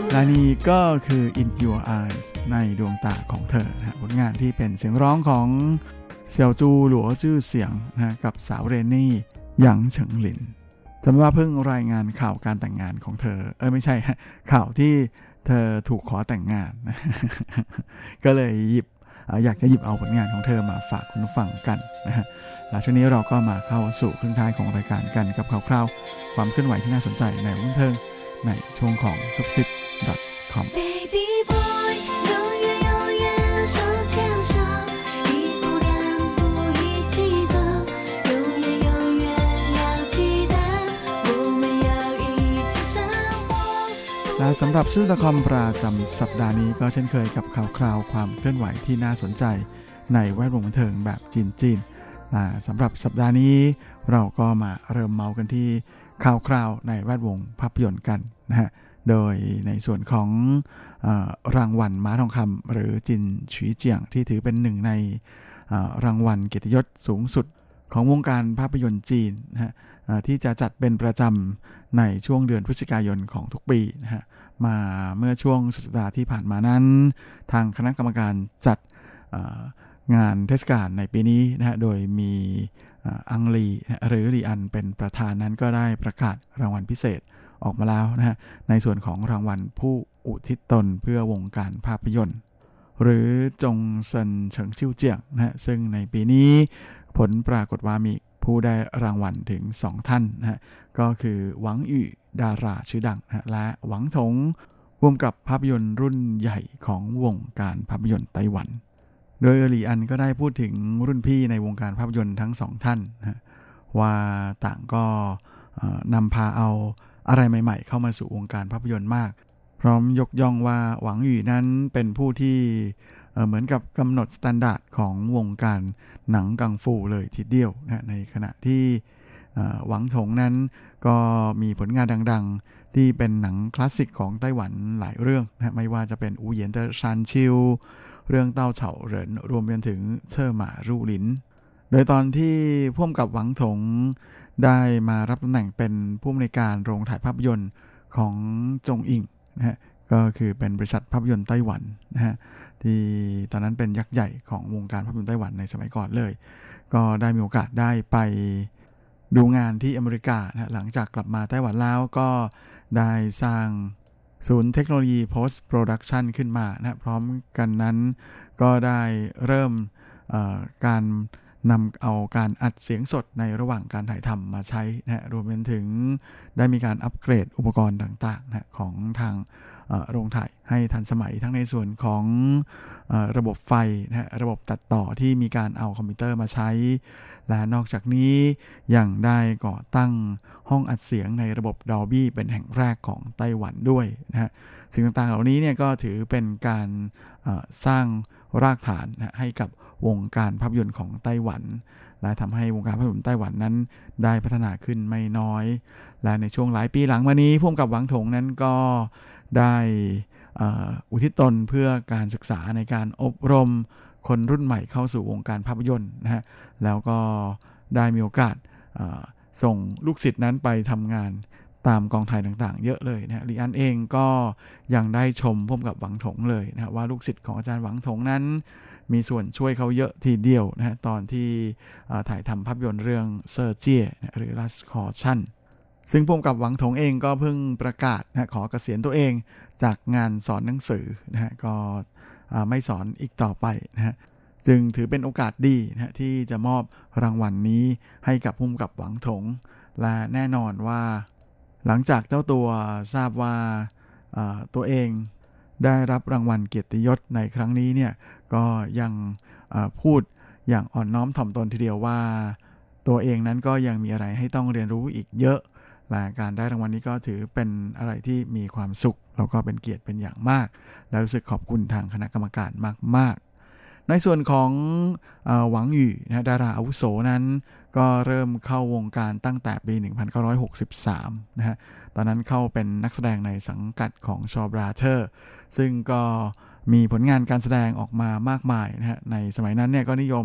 และนี่ก็คือ In Your Eyes ในดวงตาของเธอนะผลงานที่เป็นเสียงร้องของเสี่ยวจูหลัวจื้อเสียงนะกับสาวเรนนี่หยางเฉิงหลินจำว่าเพิ่งรายงานข่าวการแต่งงานของเธอเออไม่ใช่ข่าวที่เธอถูกขอแต่งงาน ก็เลยหยิบอยากจะหยิบเอาผลงานของเธอมาฝากคุณผู้ฟังกันนะฮะแล้วช่วงนี้เราก็มาเข้าสู่ครึ่งท้ายของรายการกันกับข่าวคราวความเคลื่อนไหวที่น่าสนใจในวงเทิงในช่วงของ ซุปซิป ดอท คอมและสำหรับชื่อ ดอท คอม ประจำสัปดาห์นี้ก็เช่นเคยกับข่าวคราวความเคลื่อนไหวที่น่าสนใจในแวดวงบันเทิงแบบจีนๆสำหรับสัปดาห์นี้เราก็มาเริ่มเมากันที่ข่าวคราวในแวดวงภาพยนตร์กันนะฮะโดยในส่วนของเอ่อรางวัลม้าทองคำหรือจินฉุยเจียงที่ถือเป็นหนึ่งในเอ่อรางวัลเกียรติยศสูงสุดของวงการภาพยนตร์จีนนะฮะที่จะจัดเป็นประจำในช่วงเดือนพฤศจิกายนของทุกปีนะฮะมาเมื่อช่วงสุดสัปดาห์ที่ผ่านมานั้นทางคณะกรรมการจัดงานเทศกาลในปีนี้นะฮะโดยมีอังลีหรือลีอันเป็นประธานนั้นก็ได้ประกาศรางวัลพิเศษออกมาแล้วนะฮะในส่วนของรางวัลผู้อุทิศตนเพื่อวงการภาพยนตร์หรือจงเซินเฉิงชิ่วเจียงนะฮะซึ่งในปีนี้ผลปรากฏว่ามีผู้ได้รางวัลถึงสองท่านนะฮะก็คือหวังอี้ดาราชื่อดังนะและหวังถงร่วมกับภาพยนตร์รุ่นใหญ่ของวงการภาพยนตร์ไต้หวันโดยเอหลี่อันก็ได้พูดถึงรุ่นพี่ในวงการภาพยนตร์ทั้งสองท่านนะว่าต่างก็นำพาเอาอะไรใหม่ๆเข้ามาสู่วงการภาพยนตร์มากพร้อมยกย่องว่าหวังอี้นั้นเป็นผู้ที่เหมือนกับกำหนดมาตรฐานของวงการหนังกังฟูเลยทีเดียวนะในขณะที่หวังถงนั้นก็มีผลงานดังๆที่เป็นหนังคลาสสิกของไต้หวันหลายเรื่องนะไม่ว่าจะเป็นอูเหยียนเตอร์ชานชิวเรื่องเต้าเฉาเหรินรวมไปถึงเช่อหมารู่หลินโดยตอนที่ผู้กำกับหวังถงได้มารับตำแหน่งเป็นผู้อำนวยการโรงถ่ายภาพยนตร์ของจงอิงนะฮะก็คือเป็นบริษัทภาพยนตร์ไต้หวันนะฮะที่ตอนนั้นเป็นยักษ์ใหญ่ของวงการภาพยนตร์ไต้หวันในสมัยก่อนเลยก็ได้มีโอกาสได้ไปดูงานที่อเมริกานะหลังจากกลับมาไต้หวันแล้วก็ได้สร้างศูนย์เทคโนโลยี post production ขึ้นมานะพร้อมกันนั้นก็ได้เริ่มการนำเอาการอัดเสียงสดในระหว่างการถ่ายทำมาใช้นะรวมไปถึงได้มีการอัปเกรดอุปกรณ์ต่างๆนะของทางโรงถ่ายให้ทันสมัยทั้งในส่วนของระบบไฟนะระบบตัดต่อที่มีการเอาคอมพิวเตอร์มาใช้และนอกจากนี้ยังได้ก่อตั้งห้องอัดเสียงในระบบ Dolby เป็นแห่งแรกของไต้หวันด้วยนะฮะสิ่งต่างๆเหล่านี้เนี่ยก็ถือเป็นการสร้างรากฐานนะให้กับวงการภาพยนตร์ของไต้หวันและทำให้วงการภาพยนตร์ไต้หวันนั้นได้พัฒนาขึ้นไม่น้อยและในช่วงหลายปีหลังมานี้ผู้กำกับหวังถงนั้นก็ได้อุทิศตนเพื่อการศึกษาในการอบรมคนรุ่นใหม่เข้าสู่วงการภาพยนตร์นะฮะแล้วก็ได้มีโอกาสส่งลูกศิษย์นั้นไปทำงานตามกองถ่ายต่างๆเยอะเลยนะลีอันเองก็ยังได้ชมร่วมกับหวังถงเลยนะว่าลูกศิษย์ของอาจารย์หวังถงนั้นมีส่วนช่วยเขาเยอะทีเดียวนะตอนที่ถ่ายทำภาพยนตร์เรื่องเซอร์เจียหรือ Last Caution ซึ่งร่วมกับหวังถงเองก็เพิ่งประกาศนะขอเกษียณตัวเองจากงานสอนหนังสือนะฮะก็ไม่สอนอีกต่อไปนะฮะจึงถือเป็นโอกาสดีนะที่จะมอบรางวัล น, นี้ให้กับผู้กำกับหวังถงและแน่นอนว่าหลังจากเจ้าตัวทราบว่าตัวเองได้รับรางวัลเกียรติยศในครั้งนี้เนี่ยก็ยังพูดอย่างอ่อนน้อมถ่อมตนทีเดียวว่าตัวเองนั้นก็ยังมีอะไรให้ต้องเรียนรู้อีกเยอะและการได้รางวัลนี้ก็ถือเป็นอะไรที่มีความสุขแล้วก็เป็นเกียรติเป็นอย่างมากและรู้สึกขอบคุณทางคณะกรรมการมากๆในส่วนของเอ่อหวังอี้นะดาราอาวุโสนั้นก็เริ่มเข้าวงการตั้งแต่ปีหนึ่งพันเก้าร้อยหกสิบสามนะฮะตอนนั้นเข้าเป็นนักแสดงในสังกัดของชอบราเธอร์ซึ่งก็มีผลงานการแสดงออกมามากมายนะฮะในสมัยนั้นเนี่ยก็นิยม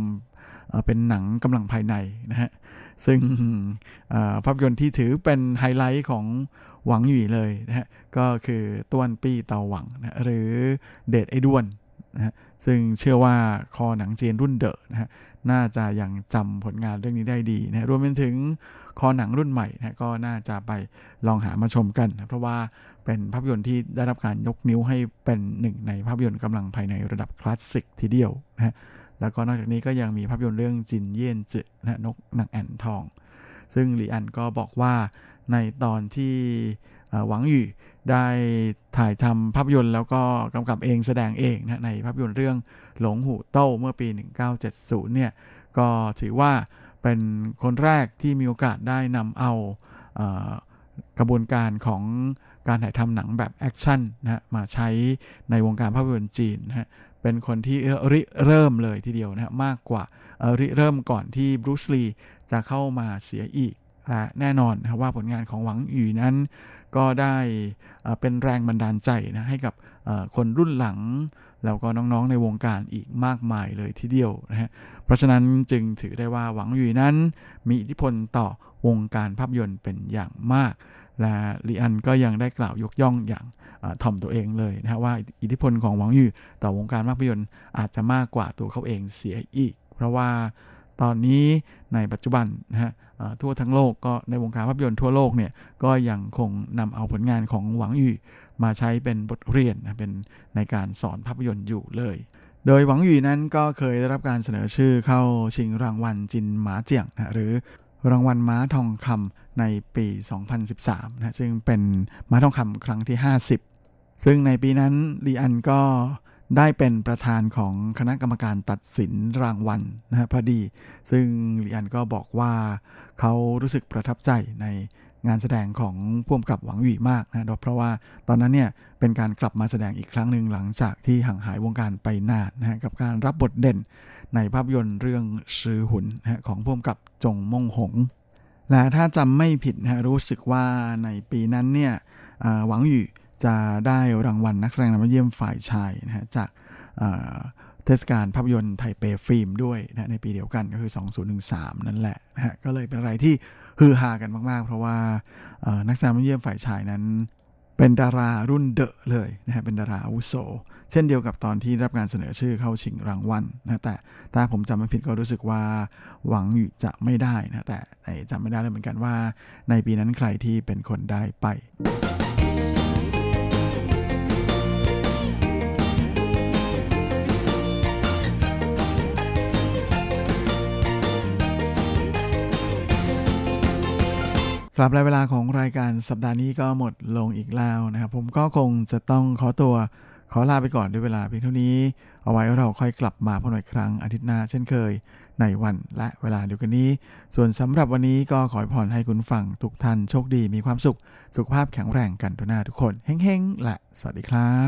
เป็นหนังกำลังภายในนะฮะซึ่งภาพยนตร์ที่ถือเป็นไฮไลท์ของหวังหยี่เลยนะฮะก็คือต้วนปี้เตาหวังนะหรือเดชไอ้ด้วนนะฮะซึ่งเชื่อว่าคอหนังจีนรุ่นเดอะนะฮะน่าจะยังจำผลงานเรื่องนี้ได้ดีนะรวมไปถึงคอหนังรุ่นใหม่นะก็น่าจะไปลองหามาชมกันนะเพราะว่าเป็นภาพยนตร์ที่ได้รับการยกนิ้วให้เป็นหนึ่งในภาพยนตร์กำลังภายในระดับคลาสสิกทีเดียวนะฮะแล้วก็นอกจากนี้ก็ยังมีภาพยนตร์เรื่องจินเยี่ยนจื่อนะนกนางแอ่นทองซึ่งหลี่อันก็บอกว่าในตอนที่หวังหยี่ได้ถ่ายทำภาพยนตร์แล้วก็กำกับเองแสดงเองนะในภาพยนตร์เรื่องหลงหูเต้าเมื่อปีหนึ่งพันเก้าร้อยเจ็ดสิบเนี่ยก็ถือว่าเป็นคนแรกที่มีโอกาสได้นำเอาเอ่อกระบวนการของการถ่ายทำหนังแบบแอคชั่นนะมาใช้ในวงการภาพยนตร์จีนนะฮะเป็นคนที่ริเริ่มเลยทีเดียวนะมากกว่าริเริ่มก่อนที่บรูซลีจะเข้ามาเสียอีกและแน่นอนนะว่าผลงานของหวังหยี่นั้นก็ได้เป็นแรงบันดาลใจนะให้กับคนรุ่นหลังแล้วก็น้องๆในวงการอีกมากมายเลยทีเดียวนะฮะเพราะฉะนั้นจึงถือได้ว่าหวังหยี่นั้นมีอิทธิพลต่อวงการภาพยนตร์เป็นอย่างมากและหลี่อันก็ยังได้กล่าวยกย่องอย่างถ่อมตัวเองเลยนะฮะว่าอิทธิพลของหวังหยี่ต่อวงการภาพยนตร์อาจจะมากกว่าตัวเขาเองเสียอีกเพราะว่าตอนนี้ในปัจจุบันนะฮะทั่วทั้งโลกก็ในวงการภาพยนตร์ทั่วโลกเนี่ยก็ยังคงนำเอาผลงานของหวังหยี่มาใช้เป็นบทเรียนนะเป็นในการสอนภาพยนตร์อยู่เลยโดยหวังหยี่นั้นก็เคยได้รับการเสนอชื่อเข้าชิงรางวัลจินหมาเจียงนะหรือรางวัลม้าทองคำในปีสองพันสิบสามนะซึ่งเป็นม้าทองคำครั้งที่ห้าสิบซึ่งในปีนั้นหลี่อันก็ได้เป็นประธานของคณะกรรมการตัดสินรางวัลนะฮะพอดีซึ่งหลี่อันก็บอกว่าเขารู้สึกประทับใจในงานแสดงของผู้กำกับหวังหยี่มากนะเพราะว่าตอนนั้นเนี่ยเป็นการกลับมาแสดงอีกครั้งหนึ่งหลังจากที่ห่างหายวงการไปนานนะฮะกับการรับบทเด่นในภาพยนตร์เรื่องชื่อหุนนะฮะของผู้กำกับจงม่งหงและถ้าจำไม่ผิดนะฮะรู้สึกว่าในปีนั้นเนี่ยหวังหยี่จะได้รางวัลนักแสดงนำเยี่ยมฝ่ายชายนะฮะจากเทศกาลภาพยนตร์ไทเปฟิล์มด้วยนะในปีเดียวกันก็คือสองพันสิบสามนั่นแหละนะฮะก็เลยเป็นอะไรที่ฮือฮากันมากๆเพราะว่านักแสดงนำเยี่ยมฝ่ายชายนั้นเป็นดารารุ่นเดอะเลยนะฮะเป็นดาราอาวุโสเช่นเดียวกับตอนที่รับการเสนอชื่อเข้าชิงรางวัลนะแต่ถ้าผมจำไม่ผิดก็รู้สึกว่าหวังหยี่จะไม่ได้นะแต่จำไม่ได้เลยเหมือนกันว่าในปีนั้นใครที่เป็นคนได้ไปครับและเวลาของรายการสัปดาห์นี้ก็หมดลงอีกแล้วนะครับผมก็คงจะต้องขอตัวขอลาไปก่อนด้วยเวลาเพียงเท่านี้เอาไว้เราค่อยกลับมาพบกันอีกครั้งอาทิตย์หน้าเช่นเคยในวันและเวลาเดียวกันนี้ส่วนสำหรับวันนี้ก็ขอพรให้คุณฟังทุกท่านโชคดีมีความสุขสุขภาพแข็งแรงกันทุกหน้าทุกคนเฮ้งๆและสวัสดีครับ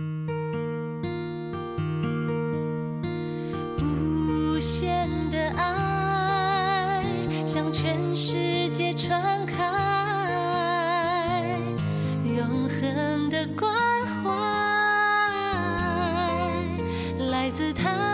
无限的爱向全世界传开永恒的关怀来自他